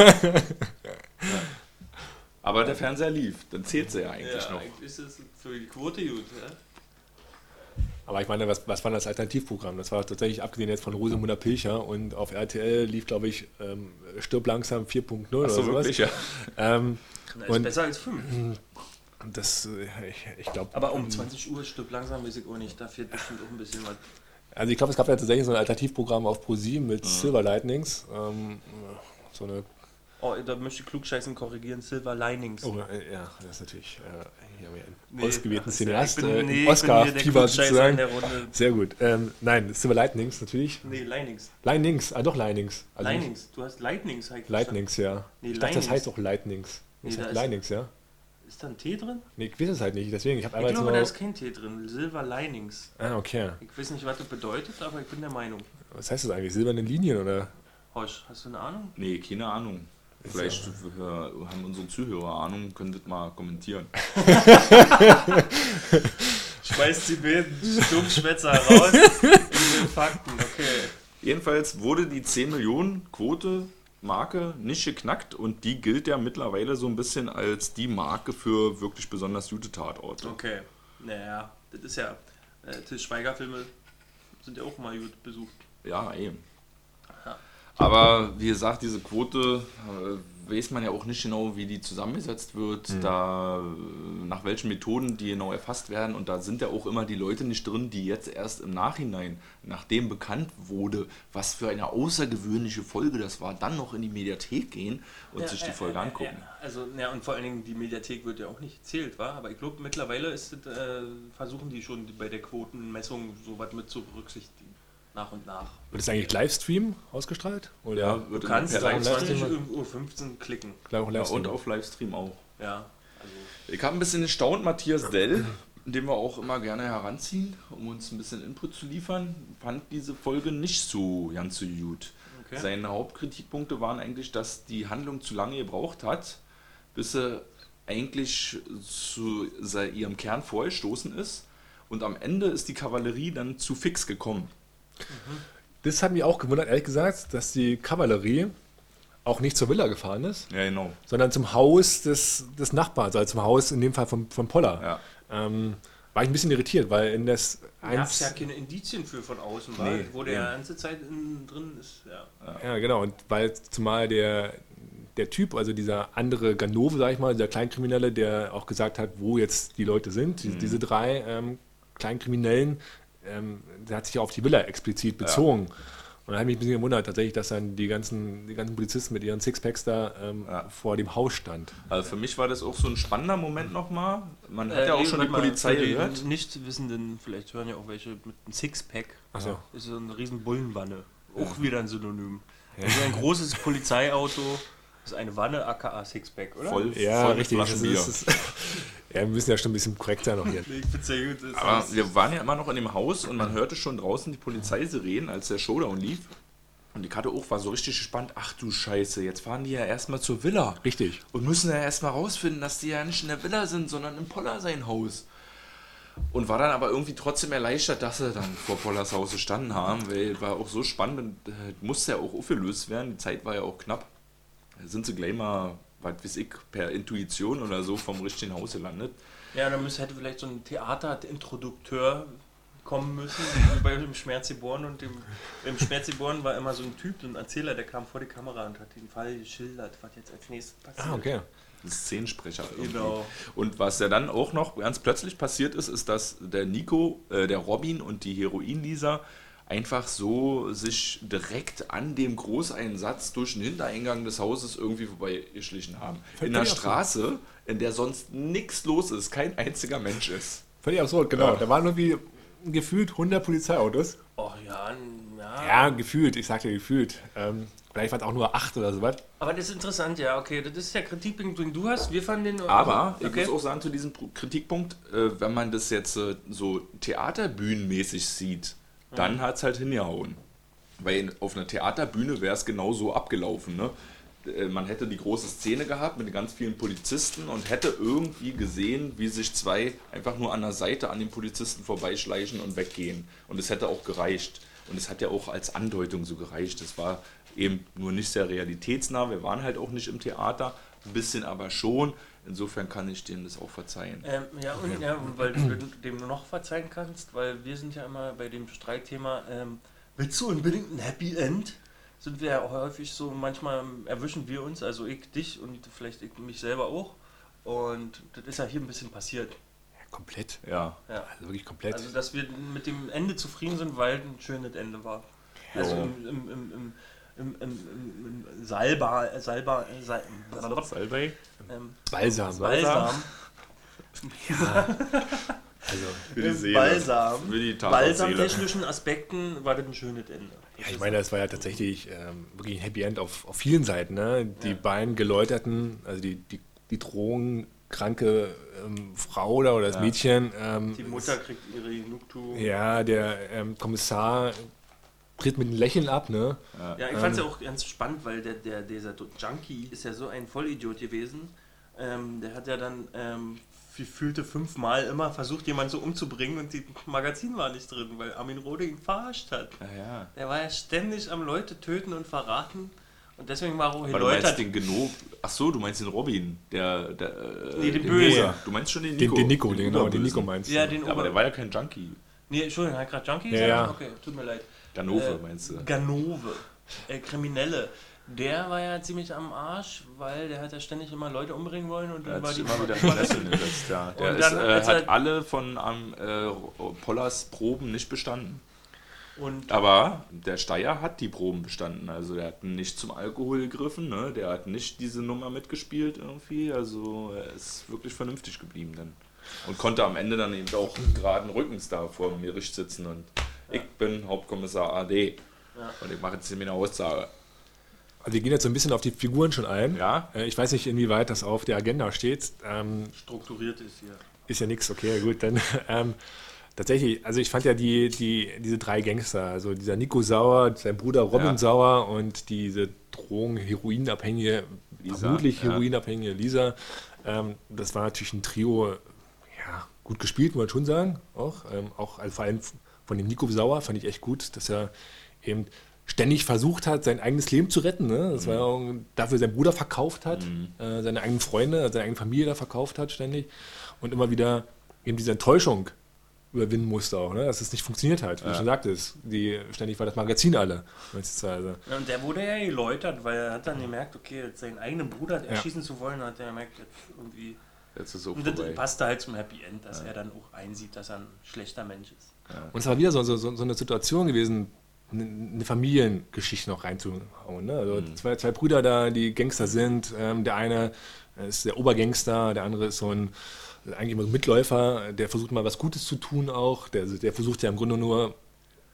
Aber der Fernseher lief, dann zählt sie ja eigentlich Ja, noch. eigentlich ist es für die Quote gut. Ja? Aber ich meine, was, was war das Alternativprogramm? Das war tatsächlich abgesehen jetzt von Rosamunde Pilcher und auf R T L lief, glaube ich, ähm, Stirb langsam vier Punkt null oder Achso, sowas. wirklich, ja. Ähm, Na, ist Und- besser als fünf. das, äh, ich, ich glaube. Aber um zwanzig Uhr stirbt langsam, weiß ich auch nicht. Da fehlt bestimmt auch ein bisschen was. Also ich glaube, es gab ja tatsächlich so ein Alternativprogramm auf ProSieben mit Mhm. Silver Lightnings. Ähm, so eine. Oh, da möchte ich klugscheißen korrigieren. Silver Linings. Oh, äh, ja, das ist natürlich äh, hier haben wir einen Nee, ausgewählten ach, Cineast, ich bin- äh, nee, ich Oscar bin hier der Fieber Klugscheißer in sozusagen. der Runde. Sehr gut. Ähm, nein, Silver Lightnings natürlich. Nee, Linings. Linings, ah doch Linings. Also nicht- Linings. Du hast Lightnings. halt Lightnings, ja. Nee, ich dachte, das Linings. heißt auch Lightnings. Nee, Das da heißt ist- Linings, ja. Ist da ein T drin? Nee, ich weiß es halt nicht, deswegen. Ich habe Ich einmal glaube, da ist jetzt kein T drin. Silver Linings. nur. Ah, okay. Ich weiß nicht, was das bedeutet, aber ich bin der Meinung. Was heißt das eigentlich? Silberne Linien oder? Hosch, hast du eine Ahnung? Nee, keine Ahnung. Vielleicht äh, haben unsere Zuhörer Ahnung, können das mal kommentieren. Schmeißt die beiden Stummschwätzer raus in den Fakten, okay. Jedenfalls wurde die zehn Millionen Quote Marke nicht geknackt und die gilt ja mittlerweile so ein bisschen als die Marke für wirklich besonders gute Tatorte. Okay, naja, das ist ja, äh, Til Schweiger-Filme sind ja auch mal gut besucht. Ja, eben. Ja. Aber wie gesagt, diese Quote äh, weiß man ja auch nicht genau, wie die zusammengesetzt wird, Mhm. da äh, nach welchen Methoden die genau erfasst werden und da sind ja auch immer die Leute nicht drin, die jetzt erst im Nachhinein, nachdem bekannt wurde, was für eine außergewöhnliche Folge das war, dann noch in die Mediathek gehen und Ja, sich die äh, Folge äh, angucken. Ja, also, ja, und vor allen Dingen die Mediathek wird ja auch nicht gezählt, wa? Aber ich glaube, mittlerweile ist das, äh, versuchen die schon bei der Quotenmessung so was mit zu berücksichtigen. Nach und nach. Wird es eigentlich Livestream ausgestrahlt? Oder Ja, Du wird in- kannst per Livestream dreiundzwanzig Uhr fünfzehn klicken. gleich auch Ja, Livestream? und auf Livestream auch. Ja, also. Ich habe ein bisschen gestaunt, Matthias Dell, den wir auch immer gerne heranziehen, um uns ein bisschen Input zu liefern, fand diese Folge nicht so ganz so gut. Okay. Seine Hauptkritikpunkte waren eigentlich, dass die Handlung zu lange gebraucht hat, bis sie eigentlich zu sei- ihrem Kern vorgestoßen ist. Und am Ende ist die Kavallerie dann zu fix gekommen. Das hat mich auch gewundert, ehrlich gesagt, dass die Kavallerie auch nicht zur Villa gefahren ist, Ja, genau. sondern zum Haus des, des Nachbarns, also zum Haus in dem Fall von, von Poller. Ja. Ähm, war ich ein bisschen irritiert, weil in das Da gab eins. es ja keine Indizien für von außen, Nee, weil, wo der eben. ganze Zeit in, drin ist. Ja. Ja, genau, und weil zumal der, der Typ, also dieser andere Ganove, sag ich mal, der Kleinkriminelle, der auch gesagt hat, wo jetzt die Leute sind, die, Mhm. diese drei ähm, Kleinkriminellen, ähm, der hat sich ja auf die Villa explizit bezogen. Und da habe ich mich ein bisschen gewundert, tatsächlich, dass dann die ganzen, die ganzen Polizisten mit ihren Sixpacks da ähm, Ja. vor dem Haus stand. Also für mich war das auch so ein spannender Moment nochmal. Man hat Äh, ja auch nee, schon die warte mal, Polizei für die gehört. Nichtwissenden, vielleicht hören ja auch welche mit einem Sixpack. Ach so. Ist so eine riesen Bullenwanne. Auch wieder ein Synonym. Also ein großes Polizeiauto ist eine Wanne, aka Sixpack, oder? Voll, Ja, voll richtig. Das Flaschenbier. ist, das ist, ja, wir müssen ja schon ein bisschen korrekter noch hier. Ich find's sehr gut. Das Aber heißt- wir waren ja immer noch in dem Haus und man hörte schon draußen die Polizeisirenen, als der Showdown lief. Und die Karte auch war so richtig gespannt. Ach du Scheiße, jetzt fahren die ja erstmal zur Villa. Richtig. Und müssen ja erstmal rausfinden, dass die ja nicht in der Villa sind, sondern im Poller sein Haus. Und war dann aber irgendwie trotzdem erleichtert, dass sie dann vor Pollers Haus gestanden haben, weil war auch so spannend und äh, musste ja auch aufgelöst werden. Die Zeit war ja auch knapp. Da sind sie gleich mal, was weiß ich, per Intuition oder so vom richtigen Haus gelandet. Ja, dann müsste, hätte vielleicht so ein Theaterintrodukteur kommen müssen, wie bei dem Schmerz geboren. Und dem, im Schmerz geboren war immer so ein Typ, so ein Erzähler, der kam vor die Kamera und hat den Fall geschildert, was jetzt als nächstes passiert. Ah, okay. Ein Szenensprecher irgendwie. Genau. Und was ja dann auch noch ganz plötzlich passiert ist, ist, dass der Nico, äh, der Robin und die Heroin-Lisa einfach so sich direkt an dem Großeinsatz durch den Hintereingang des Hauses irgendwie vorbeigeschlichen haben. Fällt In mir einer auch so. Straße, in der sonst nichts los ist, kein einziger Mensch ist. Völlig absurd, genau. Ja. Da waren irgendwie gefühlt hundert Polizeiautos. Oh ja, n- ja. Ja, gefühlt, ich sagte gefühlt. Ähm, vielleicht waren es auch nur acht oder so was. Aber das ist interessant, ja, okay. Das ist der Kritikpunkt, den du hast. Wir fanden den. Aber ich okay. muss auch sagen, zu diesem Pro- Kritikpunkt, äh, wenn man das jetzt äh, so theaterbühnenmäßig sieht, dann hat es halt hingehauen. Weil auf einer Theaterbühne wäre es genau so abgelaufen. Ne? Äh, Man hätte die große Szene gehabt mit ganz vielen Polizisten und hätte irgendwie gesehen, wie sich zwei einfach nur an der Seite an den Polizisten vorbeischleichen und weggehen. Und es hätte auch gereicht. Und es hat ja auch als Andeutung so gereicht. Es war eben nur nicht sehr realitätsnah. Wir waren halt auch nicht im Theater, ein bisschen aber schon. Insofern kann ich denen das auch verzeihen. Ähm, ja, und, ja, und weil du dem noch verzeihen kannst, weil wir sind ja immer bei dem Streitthema, ähm, willst du unbedingt ein Happy End? Sind wir ja häufig so, manchmal erwischen wir uns, also ich dich und vielleicht ich mich selber auch. Und das ist ja hier ein bisschen passiert. Ja, komplett. Ja. Ja. Also wirklich komplett. Also, dass wir mit dem Ende zufrieden sind, weil ein schönes Ende war. Also Ja. im, im, im, im, im, im, im, im Salba, Salba, Sal, Salbei? ähm, Balsam. Balsam. Also, Für die Im Seele. Balsam. Für die Tatortseele. Balsamtechnischen Aspekten war das ein schönes Ende. ja, ich meine, das war ja tatsächlich ähm, wirklich ein Happy End auf, auf vielen Seiten. Ne? Die Ja. beiden Geläuterten, also die, die, die drogenkranke ähm, Frau da oder das Ja. Mädchen. Ähm, Die Mutter kriegt ihre Genugtuung. Ja, der ähm, Kommissar tritt mit einem Lächeln ab, ne? Ja, ich fand es ja auch ganz spannend, weil der, der, dieser Junkie ist ja so ein Vollidiot gewesen. Ähm, der hat ja dann ähm, gefühlte fünfmal immer versucht, jemanden so umzubringen und die Magazin war nicht drin, weil Armin Rohde ihn verarscht hat. Ja, ja. Der war ja ständig am Leute töten und verraten und deswegen war er auch Aber du meinst geläutert. den Geno... Ach so, du meinst den Robin, der... der äh, Nee, den Böse. Böse. Du meinst schon den Den, Nico. den Nico, den, genau, den Oberbösen. Nico meinst du. Ja, den Ja, aber Ober- der war ja kein Junkie. Nee, Entschuldigung, hat gerade Junkie Ja, gesagt? ja. Okay, tut mir leid. Ganove, Äh, meinst du? Ganove, äh, Kriminelle. Der war ja ziemlich am Arsch, weil der hat ja ständig immer Leute umbringen wollen und Der dann war hat die sich immer wieder in Fesseln gesetzt, ja. Der Und ist, dann, äh, als hat er- alle von am äh, Pollers Proben nicht bestanden. Und Aber der Steier hat die Proben bestanden. Also der hat nicht zum Alkohol gegriffen, ne? Der hat nicht diese Nummer mitgespielt irgendwie. Also er ist wirklich vernünftig geblieben dann. Und konnte am Ende dann eben auch geraden Rückens da vor dem Gericht sitzen und ich bin Hauptkommissar A D. Ja. Und ich mache jetzt hier eine Aussage. Also wir gehen jetzt so ein bisschen auf die Figuren schon ein. Ja? Äh, Ich weiß nicht, inwieweit das auf der Agenda steht. Ähm, strukturiert ist hier. ist ja nichts, okay, gut, dann ähm, tatsächlich, also ich fand ja die, die, diese drei Gangster, also dieser Nico Sauer, sein Bruder Robin Ja. Sauer und diese Drogen-Heroinabhängige, Lisa, vermutlich ja. Heroinabhängige Lisa, ähm, das war natürlich ein Trio, ja, gut gespielt, muss man schon sagen, auch, ähm, auch also vor allem von dem Nico Sauer fand ich echt gut, dass er eben ständig versucht hat, sein eigenes Leben zu retten. Ne? Das war ja auch, dafür seinen Bruder verkauft hat, äh, seine eigenen Freunde, seine eigene Familie da verkauft hat ständig und immer wieder eben diese Enttäuschung überwinden musste auch, ne? Dass es nicht funktioniert hat, wie Ja. du schon sagtest. Die, ständig war das Magazin alle. beispielsweise. Ja, und der wurde ja geläutert, weil er hat dann gemerkt, okay, jetzt seinen eigenen Bruder erschießen zu wollen, hat er gemerkt, jetzt irgendwie. Jetzt ist so Und das vorbei. passte halt zum Happy End, dass er dann auch einsieht, dass er ein schlechter Mensch ist. Und es war wieder so, so, so eine Situation gewesen, eine Familiengeschichte noch reinzuhauen. Ne? Also Mhm. zwei, zwei Brüder da, die Gangster sind. Ähm, der eine ist der Obergangster, der andere ist so ein eigentlich immer so ein Mitläufer, der versucht mal was Gutes zu tun auch. Der, der versucht ja im Grunde nur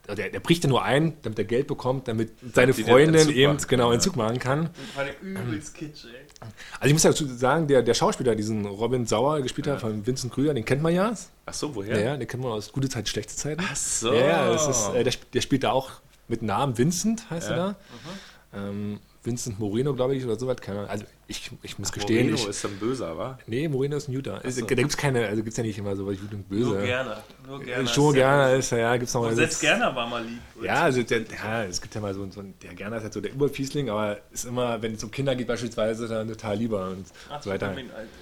der, der bricht ja nur ein, damit er Geld bekommt, damit seine Die Freundin den Entzug eben machen genau kann, Entzug machen kann. Das war der übelst kitsch, ey. Also ich muss dazu sagen, der, der Schauspieler, diesen Robin Sauer gespielt hat, von Vincent Krüger, den kennt man ja. Ach so, Ja, woher? ja, den kennt man aus Gute Zeiten, Schlechte Zeiten. Ach so. Ja, ja, das ist, äh, der, sp- der spielt da auch mit Namen Vincent, heißt Ja. er da. Ähm, Vincent Moreno, glaube ich, oder so was. Keine Ahnung. Also ich, ich muss gestehen, Moreno ich, ist dann böser, wa? nee, Moreno ist ein Juda. Es- so. Da gibt es keine, also gibt es ja nicht immer so was Gut und Böse. Nur gerne. Nur gerne. Schon gerne ist, ja, ja, gibt es noch mal. Und selbst gerne war mal lieb. Ja, also der, ja, es gibt ja mal so, so ein, der Gerner ist halt so der Überfiesling, aber ist immer, wenn es um Kinder geht beispielsweise, dann total lieber und Ach, so weiter. den alten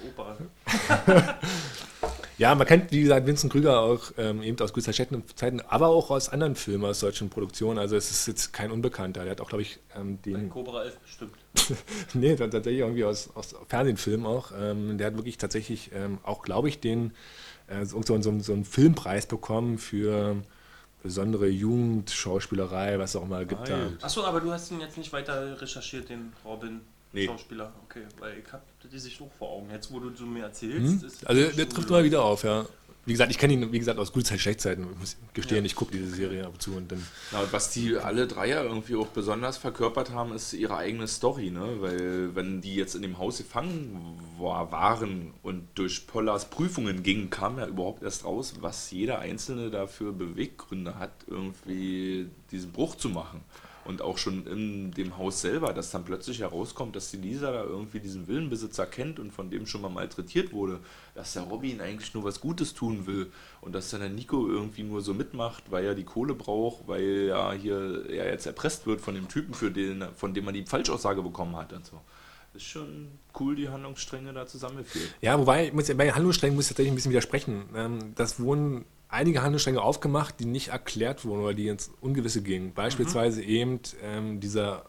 Opa. Ja, man kennt, wie gesagt, Vincent Krüger auch ähm, eben aus Gute Zeiten, aber auch aus anderen Filmen, aus deutschen Produktionen. Also es ist jetzt kein Unbekannter. Der hat auch, glaube ich, ähm, den... Cobra elf bestimmt. nee, dann tatsächlich irgendwie aus, aus Fernsehfilmen auch. Ähm, der hat wirklich tatsächlich ähm, auch, glaube ich, den äh, so, so, so, so einen Filmpreis bekommen für besondere Jugendschauspielerei, was es auch mal gibt. Ah, Da. ja. Achso, aber du hast ihn jetzt nicht weiter recherchiert, den Robin. Nee. Schauspieler, okay, weil ich habe die sich auch vor Augen. Jetzt, wo du zu mir erzählst, Hm? ist Also schon der trifft so- immer wieder auf, ja. Wie gesagt, ich kenne ihn, wie gesagt, aus Gute Zeit, Schlechte Zeiten. Ich muss gestehen, Ja. ich gucke diese Serie ab und zu und dann... Na, und was die alle drei ja irgendwie auch besonders verkörpert haben, ist ihre eigene Story, ne? Weil wenn die jetzt in dem Haus gefangen war, waren und durch Pollas Prüfungen gingen, kam ja überhaupt erst raus, was jeder Einzelne dafür Beweggründe hat, irgendwie diesen Bruch zu machen. Und auch schon in dem Haus selber, dass dann plötzlich herauskommt, dass die Lisa da irgendwie diesen Villenbesitzer kennt und von dem schon mal malträtiert wurde, dass der Robin eigentlich nur was Gutes tun will und dass dann der Nico irgendwie nur so mitmacht, weil er die Kohle braucht, weil ja hier er jetzt erpresst wird von dem Typen, für den, von dem man die Falschaussage bekommen hat und so. Das ist schon cool, die Handlungsstränge da zusammengeführt. Ja, wobei, ich muss, bei Handlungssträngen muss ich tatsächlich ein bisschen widersprechen. Ähm, das wurden einige Handlungsstränge aufgemacht, die nicht erklärt wurden oder die ins Ungewisse gingen. Beispielsweise eben ähm, dieser,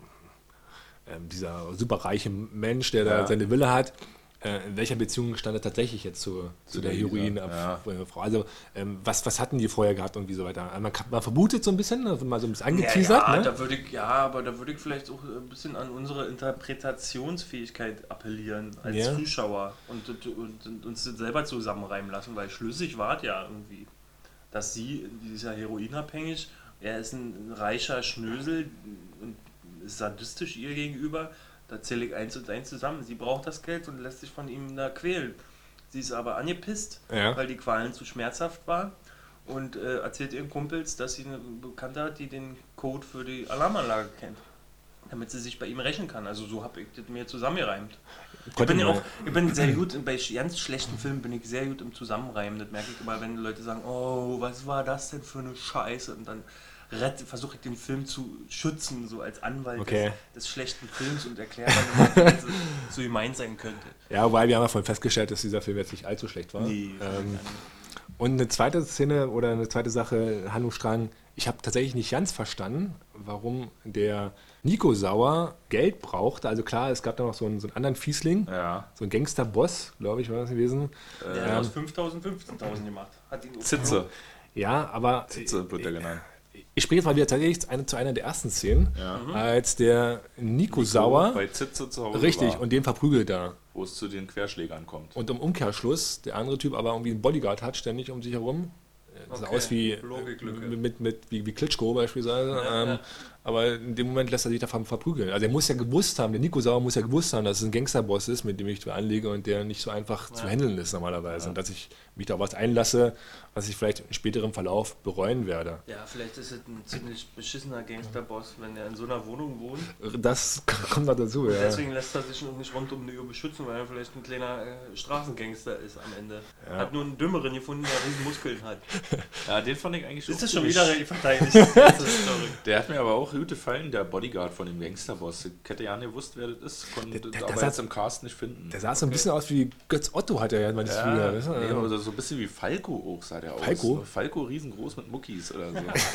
ähm, dieser superreiche Mensch, der da Ja. seine Villa hat. Äh, in welcher Beziehung stand er tatsächlich jetzt zu, zu, Zu der der Lisa, Heroin-Frau? Also, ähm, was, was hatten die vorher gehabt und wie so weiter? Also man, kann- man vermutet so ein bisschen, ne, mal so ein bisschen angeteasert. Ja, ja, ne? da würde ich, ja, aber da würde ich vielleicht auch ein bisschen an unsere Interpretationsfähigkeit appellieren als Ja. Zuschauer und, und, und, und uns das selber zusammenreimen lassen, weil schlüssig war es ja irgendwie, dass sie, die ist ja heroinabhängig, er ist ein, ein reicher Schnösel und ist sadistisch ihr gegenüber, da zähle ich eins und eins zusammen. Sie braucht das Geld und lässt sich von ihm da quälen. Sie ist aber angepisst, Ja. weil die Qualen zu schmerzhaft waren und äh, erzählt ihren Kumpels, dass sie eine Bekannte hat, die den Code für die Alarmanlage kennt, damit sie sich bei ihm rächen kann. Also so habe ich das mir zusammengereimt. Ich Konnte bin ja man- auch, ich bin sehr gut, bei ganz schlechten Filmen bin ich sehr gut im Zusammenreimen. Das merke ich immer, wenn Leute sagen, oh, was war das denn für eine Scheiße? Und dann versuche ich den Film zu schützen, so als Anwalt Okay. des, des schlechten Films und erkläre dann immer, dass es so gemeint sein könnte. Ja, wobei wir haben ja vorhin festgestellt, dass dieser Film jetzt nicht allzu schlecht war. Nee, ähm, und eine zweite Szene oder eine zweite Sache, Handlungsstrang, ich habe tatsächlich nicht ganz verstanden, warum der Nico Sauer Geld brauchte. Also klar, es gab da noch so einen, so einen anderen Fiesling, Ja. so ein Gangsterboss, glaube ich, war das gewesen. Der Ähm, hat aus fünftausend fünfzehntausend gemacht. Hat ihn Zitze. Ja, aber Zitze wird er genannt. ich springe jetzt mal wieder tatsächlich eine, zu einer der ersten Szenen, Ja. als der Nico Sauer, Bei Zitze zu Hause richtig, war, und den verprügelt da. wo es zu den Querschlägern kommt. Und im Umkehrschluss, der andere Typ aber irgendwie einen Bodyguard hat, ständig um sich herum. Das sah Okay, aus wie, Logiklücke. mit, mit, mit, wie, wie Klitschko beispielsweise. Ja, ähm, ja. Aber in dem Moment lässt er sich davon verprügeln. Also er muss ja gewusst haben, der Nico Sauer muss ja gewusst haben, dass es ein Gangsterboss ist, mit dem ich mich anlege und der nicht so einfach zu handeln ist normalerweise. Und dass ich mich da auf was einlasse, was ich vielleicht im späteren Verlauf bereuen werde. Ja, vielleicht ist es ein ziemlich beschissener Gangsterboss, wenn er in so einer Wohnung wohnt. Das kommt noch dazu, ja. Deswegen lässt er sich nicht rund um die Uhr beschützen, weil er vielleicht ein kleiner äh, Straßengangster ist am Ende. Ja. Hat nur einen Dümmeren gefunden, der riesen Muskeln hat. Ja, den fand ich eigentlich Ist auch das schon ziemlich- wieder verteidigt? Das ist verrückt. Der hat mir aber auch gut gefallen, der Bodyguard von dem Gangsterboss. Ich hätte ja nicht gewusst, wer das ist, konnte Der- das der- aber das jetzt hat- im Cast nicht finden. Der sah so ein bisschen aus wie Götz Otto, hat er ja mal das früher. ja, weißt du? nee, oder so ein bisschen wie Falco auch sah der aus. Falco? Falco riesengroß mit Muckis oder so.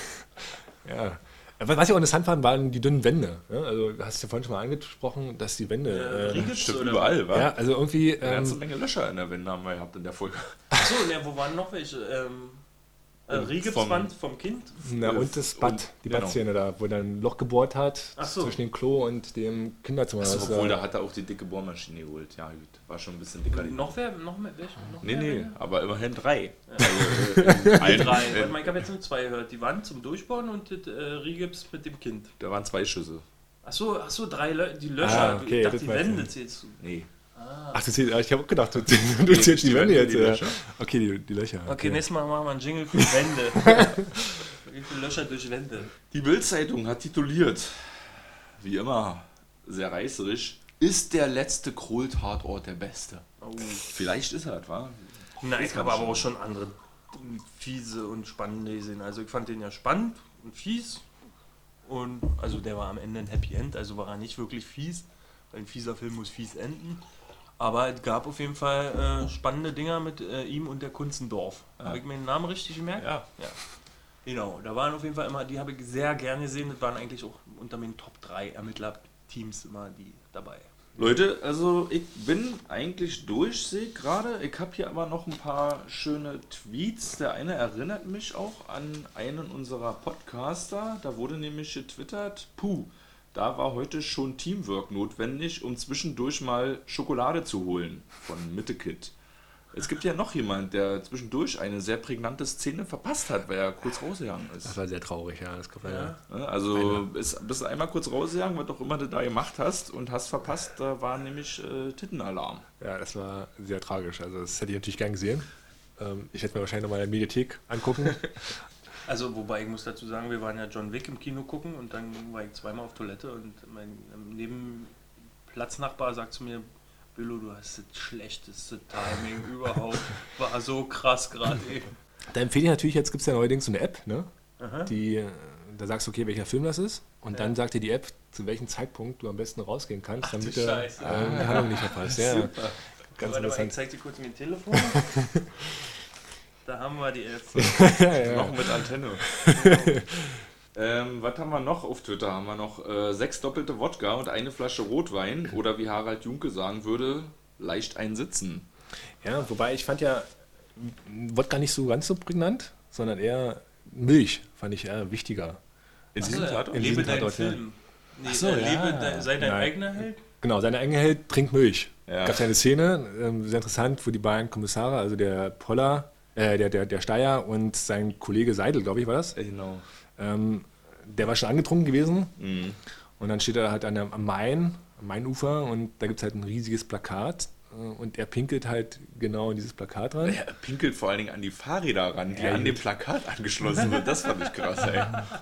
Ja. Was ich auch interessant fand, waren die dünnen Wände. Ja, also, du hast ja vorhin schon mal angesprochen, dass die Wände. Ja, Äh, Riegel- Stimmt oder- überall, wa? ja, also irgendwie. Eine ganze Ähm, Menge Löcher in der Wände haben wir gehabt in der Folge. Achso, ne, wo waren noch welche? Ähm, Äh, Riegipswand vom, vom Kind? Na, und das Bad, und, die genau. Badszene da, wo er ein Loch gebohrt hat so. zwischen dem Klo und dem Kinderzimmer. Achso, obwohl, da hat er auch die dicke Bohrmaschine geholt. Ja, gut, war schon ein bisschen dicker. Noch wer? Noch mehr? Welche? Noch nee, mehr nee, Wände? aber immerhin drei. Ja. Also, äh, Ein, ein, drei. äh, Warte mal, ich habe jetzt nur zwei gehört. Die Wand zum Durchbohren und das äh, Rigips mit dem Kind. Da waren zwei Schüsse. Achso, ach so, drei Lö die Löcher. Ah, okay, ich dachte, das die weiß Wände ich. zählst du. Nee. Ah. Ach, du zählst, ich habe auch gedacht, du, du zählst die, die Wände Wände, jetzt. die Ja. Löcher. Okay, die, die Löcher. Okay, Okay, nächstes Mal machen wir einen Jingle für Wände. Wie viele Löcher durch Wände? Die Bild-Zeitung hat tituliert, wie immer sehr reißerisch, ist der letzte Kroll-Tatort der beste. Oh. Vielleicht ist er das, wa? Nein, Ist ich habe man aber schon. auch schon andere fiese und spannende gesehen. Also ich fand den ja spannend und fies. Und also der war am Ende ein Happy End, also war er nicht wirklich fies. Weil ein fieser Film muss fies enden. Aber es gab auf jeden Fall äh, spannende Dinger mit äh, ihm und der Kunzendorf. Ja. Habe ich mir den Namen richtig gemerkt? Ja. Ja. Genau, da waren auf jeden Fall immer, die habe ich sehr gerne gesehen. Das waren eigentlich auch unter den Top drei Ermittlerteams immer die dabei. Leute, also ich bin eigentlich durch, sehe ich gerade. Ich habe hier aber noch ein paar schöne Tweets. Der eine erinnert mich auch an einen unserer Podcaster. Da wurde nämlich getwittert, puh, da war heute schon Teamwork notwendig, um zwischendurch mal Schokolade zu holen von Mitte-Kit. Es gibt ja noch jemand, der zwischendurch eine sehr prägnante Szene verpasst hat, weil er kurz rausgegangen ist. Das war sehr traurig, ja. Das kann Ja. ja. Also ist, bist du einmal kurz rausgegangen, was auch immer du da gemacht hast und hast verpasst, da war nämlich äh, Tittenalarm. ja, das war sehr tragisch. Also das hätte ich natürlich gern gesehen. Ähm, ich hätte mir wahrscheinlich nochmal in der Mediathek angucken. Also, wobei ich muss dazu sagen, wir waren ja John Wick im Kino gucken und dann war ich zweimal auf Toilette und mein Nebenplatznachbar sagt zu mir, Billo, du hast das schlechteste Timing überhaupt. War so krass gerade eben. Da empfehle ich natürlich, jetzt gibt es ja neuerdings so eine App, ne? Aha. Die, äh, da sagst du, okay, welcher Film das ist. Und Ja. dann sagt dir die App, zu welchem Zeitpunkt du am besten rausgehen kannst, Ach du damit du Scheiße. äh, die Handlung nicht verpasst. Ja, Super. ganz Warte mal, ich interessant. zeig dir kurz mein Telefon. Da haben wir die App. ja, ja. Noch mit Antenne. ähm, was haben wir noch auf Twitter? Haben wir noch äh, sechs doppelte Wodka und eine Flasche Rotwein oder wie Harald Junke sagen würde, leicht einsitzen. Ja, wobei ich fand ja Wodka nicht so ganz so prägnant, sondern eher Milch fand ich eher wichtiger. In Ach diesem so, ja. Tatort? In Lebe diesem deinen Tatort, ja. Film. Nee, Ach so, äh, ja. lebe de, sei dein Nein. eigener Held. Genau, seine eigene Held trinkt Milch. Ja. Gab es eine Szene, ähm, sehr interessant, wo die beiden Kommissare, also der Poller, äh, der, der, der Steier und sein Kollege Seidel, glaube ich, war das, Äh, Genau. ähm, der war schon angetrunken gewesen. Mhm. Und dann steht er halt an der, am Main, am Mainufer und da gibt es halt ein riesiges Plakat äh, und er pinkelt halt genau in dieses Plakat rein. Er pinkelt vor allen Dingen an die Fahrräder ran, die Ja, an gut. dem Plakat angeschlossen sind. Das fand ich krass, ey.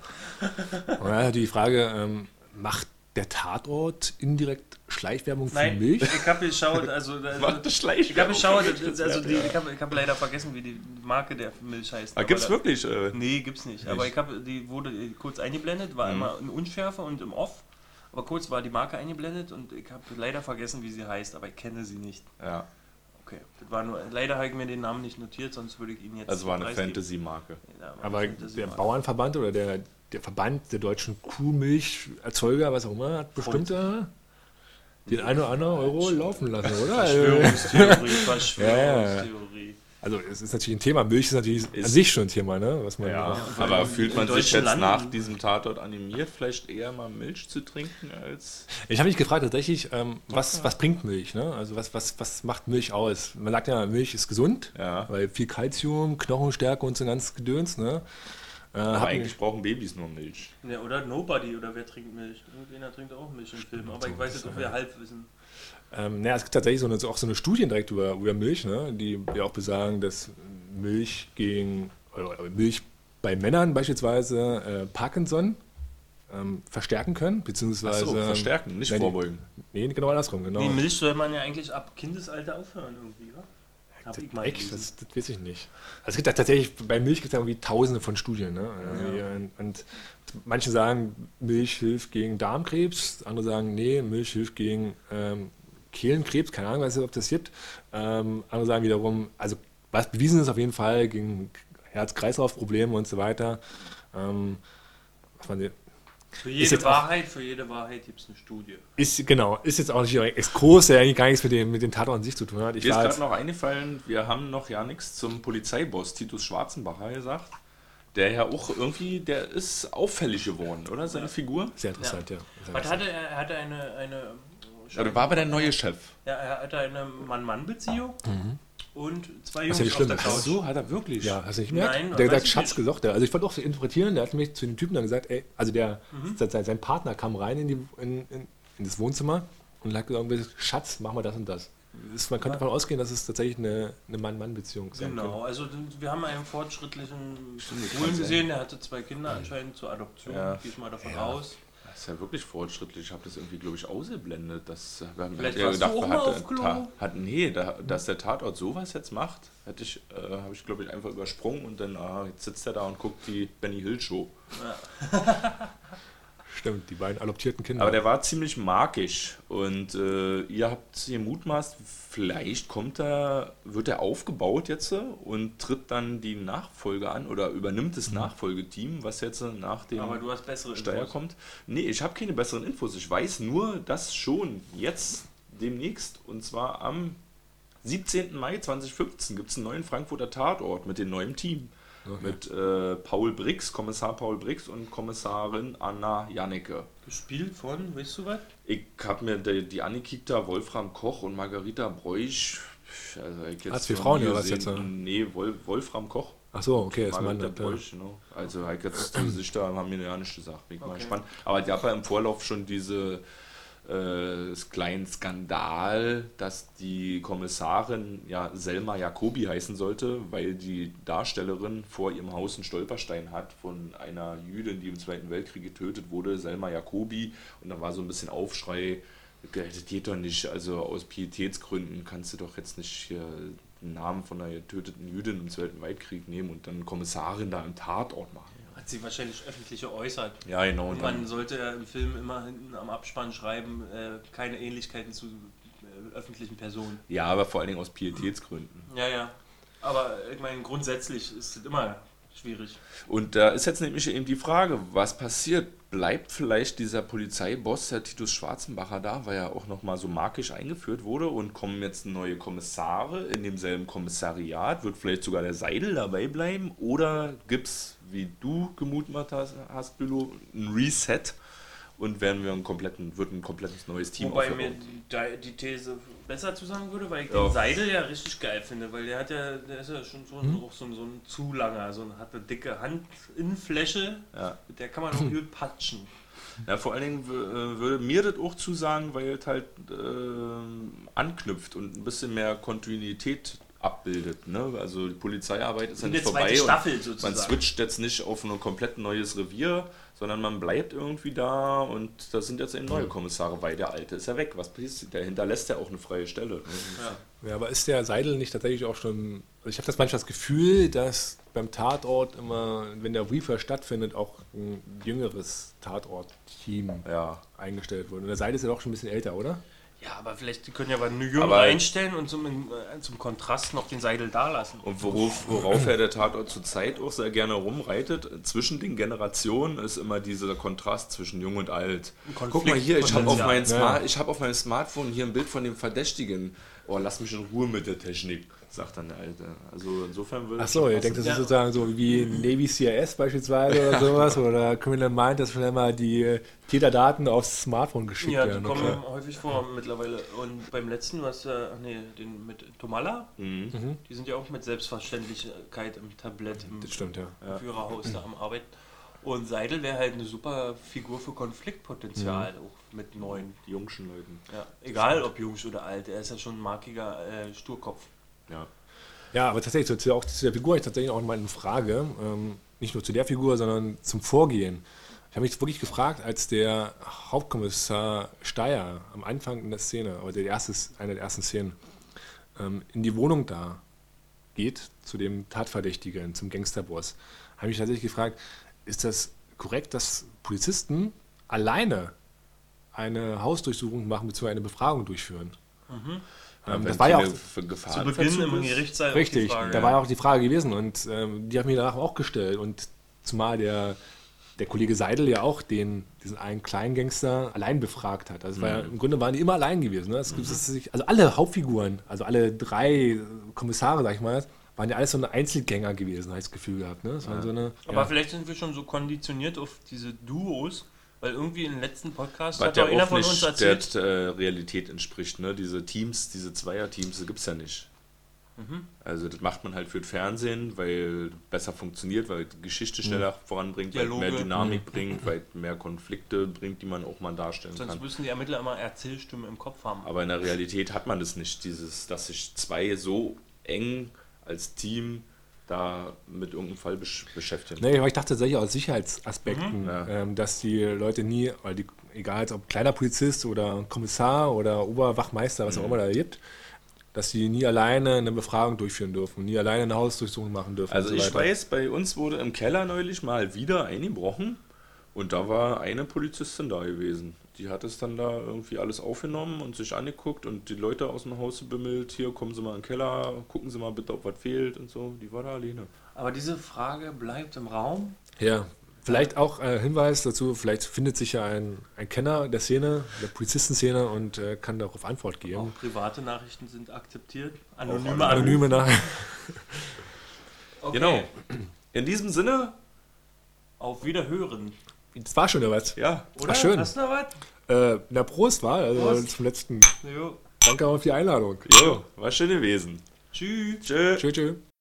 Und dann hat die Frage, ähm, macht der Tatort indirekt Schleichwerbung für Nein, Milch? ich habe geschaut, also, also Macht das Schleich. ich habe geschaut, also die, ich habe ich hab leider vergessen, wie die Marke der Milch heißt. Ah, gibt's Aber da- wirklich? Äh, Nee, gibt's nicht. Aber ich habe, die wurde kurz eingeblendet, war Mhm. immer in Unschärfe und im Off. Aber kurz war die Marke eingeblendet und ich habe leider vergessen, wie sie heißt, aber ich kenne sie nicht. ja, Okay, das war nur, leider habe ich mir den Namen nicht notiert, sonst würde ich ihn jetzt. also war eine preisgeben. Fantasy-Marke. Ja, war eine Aber Fantasy-Marke. der Bauernverband oder der, der Verband der deutschen Kuhmilcherzeuger, was auch immer, hat bestimmt äh, den einen oder anderen Euro laufen lassen, oder? Verschwörungstheorie, Verschwörungstheorie. Also es ist natürlich ein Thema. Milch ist natürlich an Ist- sich schon ein Thema, ne? Was man Ja, vor aber allem fühlt in man sich deutschen jetzt Landen- nach diesem Tatort animiert, vielleicht eher mal Milch zu trinken als... Ich habe mich gefragt tatsächlich, ähm, was, was bringt Milch? Ne? Also was, was, was macht Milch aus? Man sagt ja, Milch ist gesund, Ja, weil viel Kalzium, Knochenstärke und so ein ganz Gedöns. Ne? Äh, aber hab eigentlich brauchen Babys nur Milch. Ja, oder Nobody, oder wer trinkt Milch? Irgendjemand trinkt auch Milch im Film, aber ich weiß jetzt, ob wir Halbwissen. Ähm, naja, es gibt tatsächlich so eine, so auch so eine Studien direkt über, über Milch, ne? Die ja auch besagen, dass Milch gegen oder Milch bei Männern beispielsweise äh, Parkinson ähm, verstärken können, beziehungsweise Achso, verstärken, nicht nein, die- vorbeugen. Nee, genau andersrum, genau. Nee, Milch soll man ja eigentlich ab Kindesalter aufhören irgendwie, wa? Hab ich mal Echt? gelesen. Das, das weiß ich nicht. Also es gibt ja tatsächlich, bei Milch gibt es ja irgendwie tausende von Studien. Ne? Also Ja. und, und manche sagen, Milch hilft gegen Darmkrebs, andere sagen, nee, Milch hilft gegen ähm, Kehlenkrebs, keine Ahnung, was, ob das gibt. Ähm, andere sagen wiederum, also was bewiesen ist auf jeden Fall gegen Herz-Kreislauf-Probleme und so weiter. Ähm, was man, Für Ist jede jetzt auch- Wahrheit, für jede Wahrheit gibt es eine Studie. ist, genau, ist jetzt auch nicht Exkurs, der eigentlich gar nichts mit dem, mit dem Tatort an sich zu tun hat. Ich Mir ist war gerade jetzt, noch eingefallen, wir haben noch ja nichts zum Polizeiboss Titus Schwarzenbacher gesagt. Der ja auch irgendwie, der ist auffällig geworden, oder? Seine Ja. Figur? Sehr interessant, ja. Sehr Was interessant. hatte er? Er hatte eine. eine Ja, der war aber der neue Chef. Ja, er hatte eine Mann-Mann-Beziehung und zwei Das Jungs ist ja nicht auf schlimm. der Ach Couch. So, hat er wirklich. Ja, hast du nicht gemerkt? Nein, der weiß hat gesagt, ich Schatz nicht. gesagt. Also ich wollte auch so interpretieren, der hat mich zu den Typen dann gesagt, ey, also der, Mhm. sein, sein Partner kam rein in, die, in, in, in das Wohnzimmer und hat gesagt, Schatz, mach mal das und das. Das, man könnte Ja. davon ausgehen, dass es tatsächlich eine, eine Mann-Mann-Beziehung sein Genau, also wir haben einen fortschrittlichen Stimmt, das Schwulen kann gesehen, der hatte zwei Kinder anscheinend zur Adoption, Ja. gehe ich mal davon Ja. aus. Das ist ja wirklich fortschrittlich. Ich habe das irgendwie, glaube ich, ausgeblendet. Das, wir haben Vielleicht ja warst du auch wir mal hat, auf Klo? Ta, hat, nee, da, dass der Tatort sowas jetzt macht, hätte ich, äh, habe ich, glaube ich, einfach übersprungen und dann, ah, jetzt sitzt er da und guckt die Benny Hill Show. Stimmt, die beiden adoptierten Kinder. Aber der war ziemlich markisch und äh, ihr habt hier mutmaßt, vielleicht kommt er, wird er aufgebaut jetzt und tritt dann die Nachfolge an oder übernimmt das Nachfolgeteam, was jetzt nach dem Aber du hast bessere Steier Infos. kommt. Nee, ich habe keine besseren Infos. Ich weiß nur, dass schon jetzt demnächst, und zwar am siebzehnten Mai zweitausendfünfzehn, gibt es einen neuen Frankfurter Tatort mit dem neuen Team. Okay. Mit äh, Paul Brix, Kommissar Paul Brix und Kommissarin Anna Jannecke. Gespielt von, weißt du was? Ich habe mir die, die angekickt, da Wolfram Koch und Margarita Breuch. Also ich jetzt Hat's wie noch Frauen nie oder was gesehen. jetzt, oder? Nee, Wol, Wolfram Koch. Ach so, okay, ist Mann. Margarita Ja. Breuch, genau. Also ich jetzt die Gesichter haben mir ja nicht gesagt. Bin ich mal Okay. gespannt. Aber die hat ja im Vorlauf schon diese äh, das kleinen Skandal, dass die Kommissarin ja Selma Jacobi heißen sollte, weil die Darstellerin vor ihrem Haus einen Stolperstein hat von einer Jüdin, die im Zweiten Weltkrieg getötet wurde, Selma Jacobi. Und da war so ein bisschen Aufschrei, das geht doch nicht, also aus Pietätsgründen kannst du doch jetzt nicht hier den Namen von einer getöteten Jüdin im Zweiten Weltkrieg nehmen und dann Kommissarin da im Tatort machen. Hat sie wahrscheinlich öffentlich geäußert. Ja, genau. Und Man dann, sollte ja im Film immer hinten am Abspann schreiben, äh, keine Ähnlichkeiten zu äh, öffentlichen Personen. ja, aber vor allen Dingen aus Pietätsgründen. Ja, ja. Aber ich meine, grundsätzlich ist es immer schwierig. Und da ist jetzt nämlich eben die Frage, was passiert? Bleibt vielleicht dieser Polizeiboss, der Titus Schwarzenbacher, da, weil er auch nochmal so markisch eingeführt wurde und kommen jetzt neue Kommissare in demselben Kommissariat? Wird vielleicht sogar der Seidel dabei bleiben? Oder gibt es, wie du gemutmaßt hast, hast Bülow, ein Reset und werden wir einen kompletten, wird ein komplettes neues Team Wobei mir aufgebaut? die, die These besser zusagen würde, weil ich Ja. den Seidel ja richtig geil finde, weil der hat ja, der ist ja schon so ein, Hm? auch so ein, so ein zu langer, so ein, hat eine dicke Handinnenfläche, Ja. mit der kann man auch gut patschen. Ja, vor allen Dingen w- äh, würde mir das auch zusagen, weil es halt ähm, anknüpft und ein bisschen mehr Kontinuität abbildet. Ne? Also die Polizeiarbeit ist ja In nicht der vorbei zweiten und Staffel man sozusagen. switcht jetzt nicht auf ein komplett neues Revier, sondern man bleibt irgendwie da und da sind jetzt eben neue Kommissare, weil der alte ist ja weg. Was passiert? Der hinterlässt ja auch eine freie Stelle. Ne? Ja. Ja, aber ist der Seidel nicht tatsächlich auch schon. Also ich habe das manchmal das Gefühl, dass beim Tatort immer, wenn der Reefer stattfindet, auch ein jüngeres Tatort-Team Ja. eingestellt wurde. Und der Seidel ist ja auch schon ein bisschen älter, oder? Ja, aber vielleicht die können ja aber eine Jüngere Aber- einstellen und zum, äh, zum Kontrast noch den Seidel da lassen. Und worauf, worauf ja der Tatort zurzeit auch sehr gerne rumreitet, zwischen den Generationen ist immer dieser Kontrast zwischen Jung und Alt. Ein Guck mal hier, ich habe auf, Konfliktpotenzial. mein Ja. Smart, ich hab auf meinem Smartphone hier ein Bild von dem Verdächtigen. Oh, lass mich in Ruhe mit der Technik, sagt dann der Alte. Also insofern würde Achso, ihr denkt, das ist Ja. sozusagen so wie Navy C I S beispielsweise oder sowas oder Criminal Mind, dass schnell mal die äh, Täterdaten aufs Smartphone geschickt Ja, die werden. kommen Okay. häufig vor mittlerweile. Und beim letzten, du hast ja, ach nee, den mit Tomala, Mhm. Mhm. die sind ja auch mit Selbstverständlichkeit im Tablett, im Das stimmt, ja. Ja. Führerhaus da am Arbeiten. Und Seidel wäre halt eine super Figur für Konfliktpotenzial, auch mit neuen. Die jungschen Leuten. Ja, egal ob jung oder alt, er ist ja schon ein markiger äh, Sturkopf. Ja. Ja, aber tatsächlich, so, zu, auch zu der Figur habe ich tatsächlich auch mal eine Frage. Ähm, nicht nur zu der Figur, sondern zum Vorgehen. Ich habe mich wirklich gefragt, als der Hauptkommissar Steyer am Anfang in der Szene, oder der erste, eine der ersten Szenen, ähm, in die Wohnung da geht, zu dem Tatverdächtigen, zum Gangsterboss, habe ich mich tatsächlich gefragt, ist das korrekt, dass Polizisten alleine eine Hausdurchsuchung machen bzw. eine Befragung durchführen? Ähm, Wenn das war ja auch keine F- Gefahr Zu Beginn Verzug im ist. Gerichtssaal auch richtig, die Frage. da war ja auch die Frage gewesen und ähm, die habe ich mir danach auch gestellt und zumal der, der Kollege Seidel ja auch den, diesen einen kleinen Gangster allein befragt hat. Also es war ja, im Grunde waren die immer allein gewesen. Ne? Es gibt, es sich, also alle Hauptfiguren, also alle drei Kommissare, sag ich mal, waren waren ja alles so eine Einzelgänger gewesen, habe ich das Gefühl gehabt. Ne? Das waren Ja. so eine, Aber ja. vielleicht sind wir schon so konditioniert auf diese Duos, weil irgendwie im letzten Podcast Was hat ja doch einer auch von uns nicht erzählt. der äh, Realität entspricht. Ne? Diese Teams, diese Zweierteams, die gibt es ja nicht. Mhm. Also das macht man halt für das Fernsehen, weil besser funktioniert, weil die Geschichte schneller voranbringt, weil Dialoge. mehr Dynamik bringt, weil mehr Konflikte bringt, die man auch mal darstellen Sonst kann. müssen die Ermittler immer Erzählstimmen im Kopf haben. Aber in der Realität hat man das nicht, dieses, dass sich zwei so eng als Team da mit irgendeinem Fall besch beschäftigen. Nee, aber ich dachte tatsächlich aus Sicherheitsaspekten, Mhm. Ja. ähm, dass die Leute nie, weil die, egal ob kleiner Polizist oder Kommissar oder Oberwachmeister, was auch immer da gibt, dass sie nie alleine eine Befragung durchführen dürfen, nie alleine eine Hausdurchsuchung machen dürfen. Also und so ich weiter. weiß, bei uns wurde im Keller neulich mal wieder eingebrochen und da war eine Polizistin da gewesen. Die hat es dann da irgendwie alles aufgenommen und sich angeguckt und die Leute aus dem Haus gebimmelt, hier kommen Sie mal in den Keller, gucken Sie mal bitte, ob was fehlt und so. Die war da alleine. Aber diese Frage bleibt im Raum. Ja, vielleicht auch äh, Hinweis dazu, vielleicht findet sich ja ein, ein Kenner der Szene, der Polizistenszene und äh, kann darauf Antwort geben. Auch private Nachrichten sind akzeptiert. Anonyme Anonyme Anonyme nach. Okay. Genau. In diesem Sinne, Auf Wiederhören. Das war schon ja was. ja, Oder? Ach, schön. Hast du noch was? Äh, na, Prost war, also Prost. zum letzten. Jo. Danke auch für die Einladung. jo, war schön gewesen. Tschüss. Tschö. Tschö, tschö.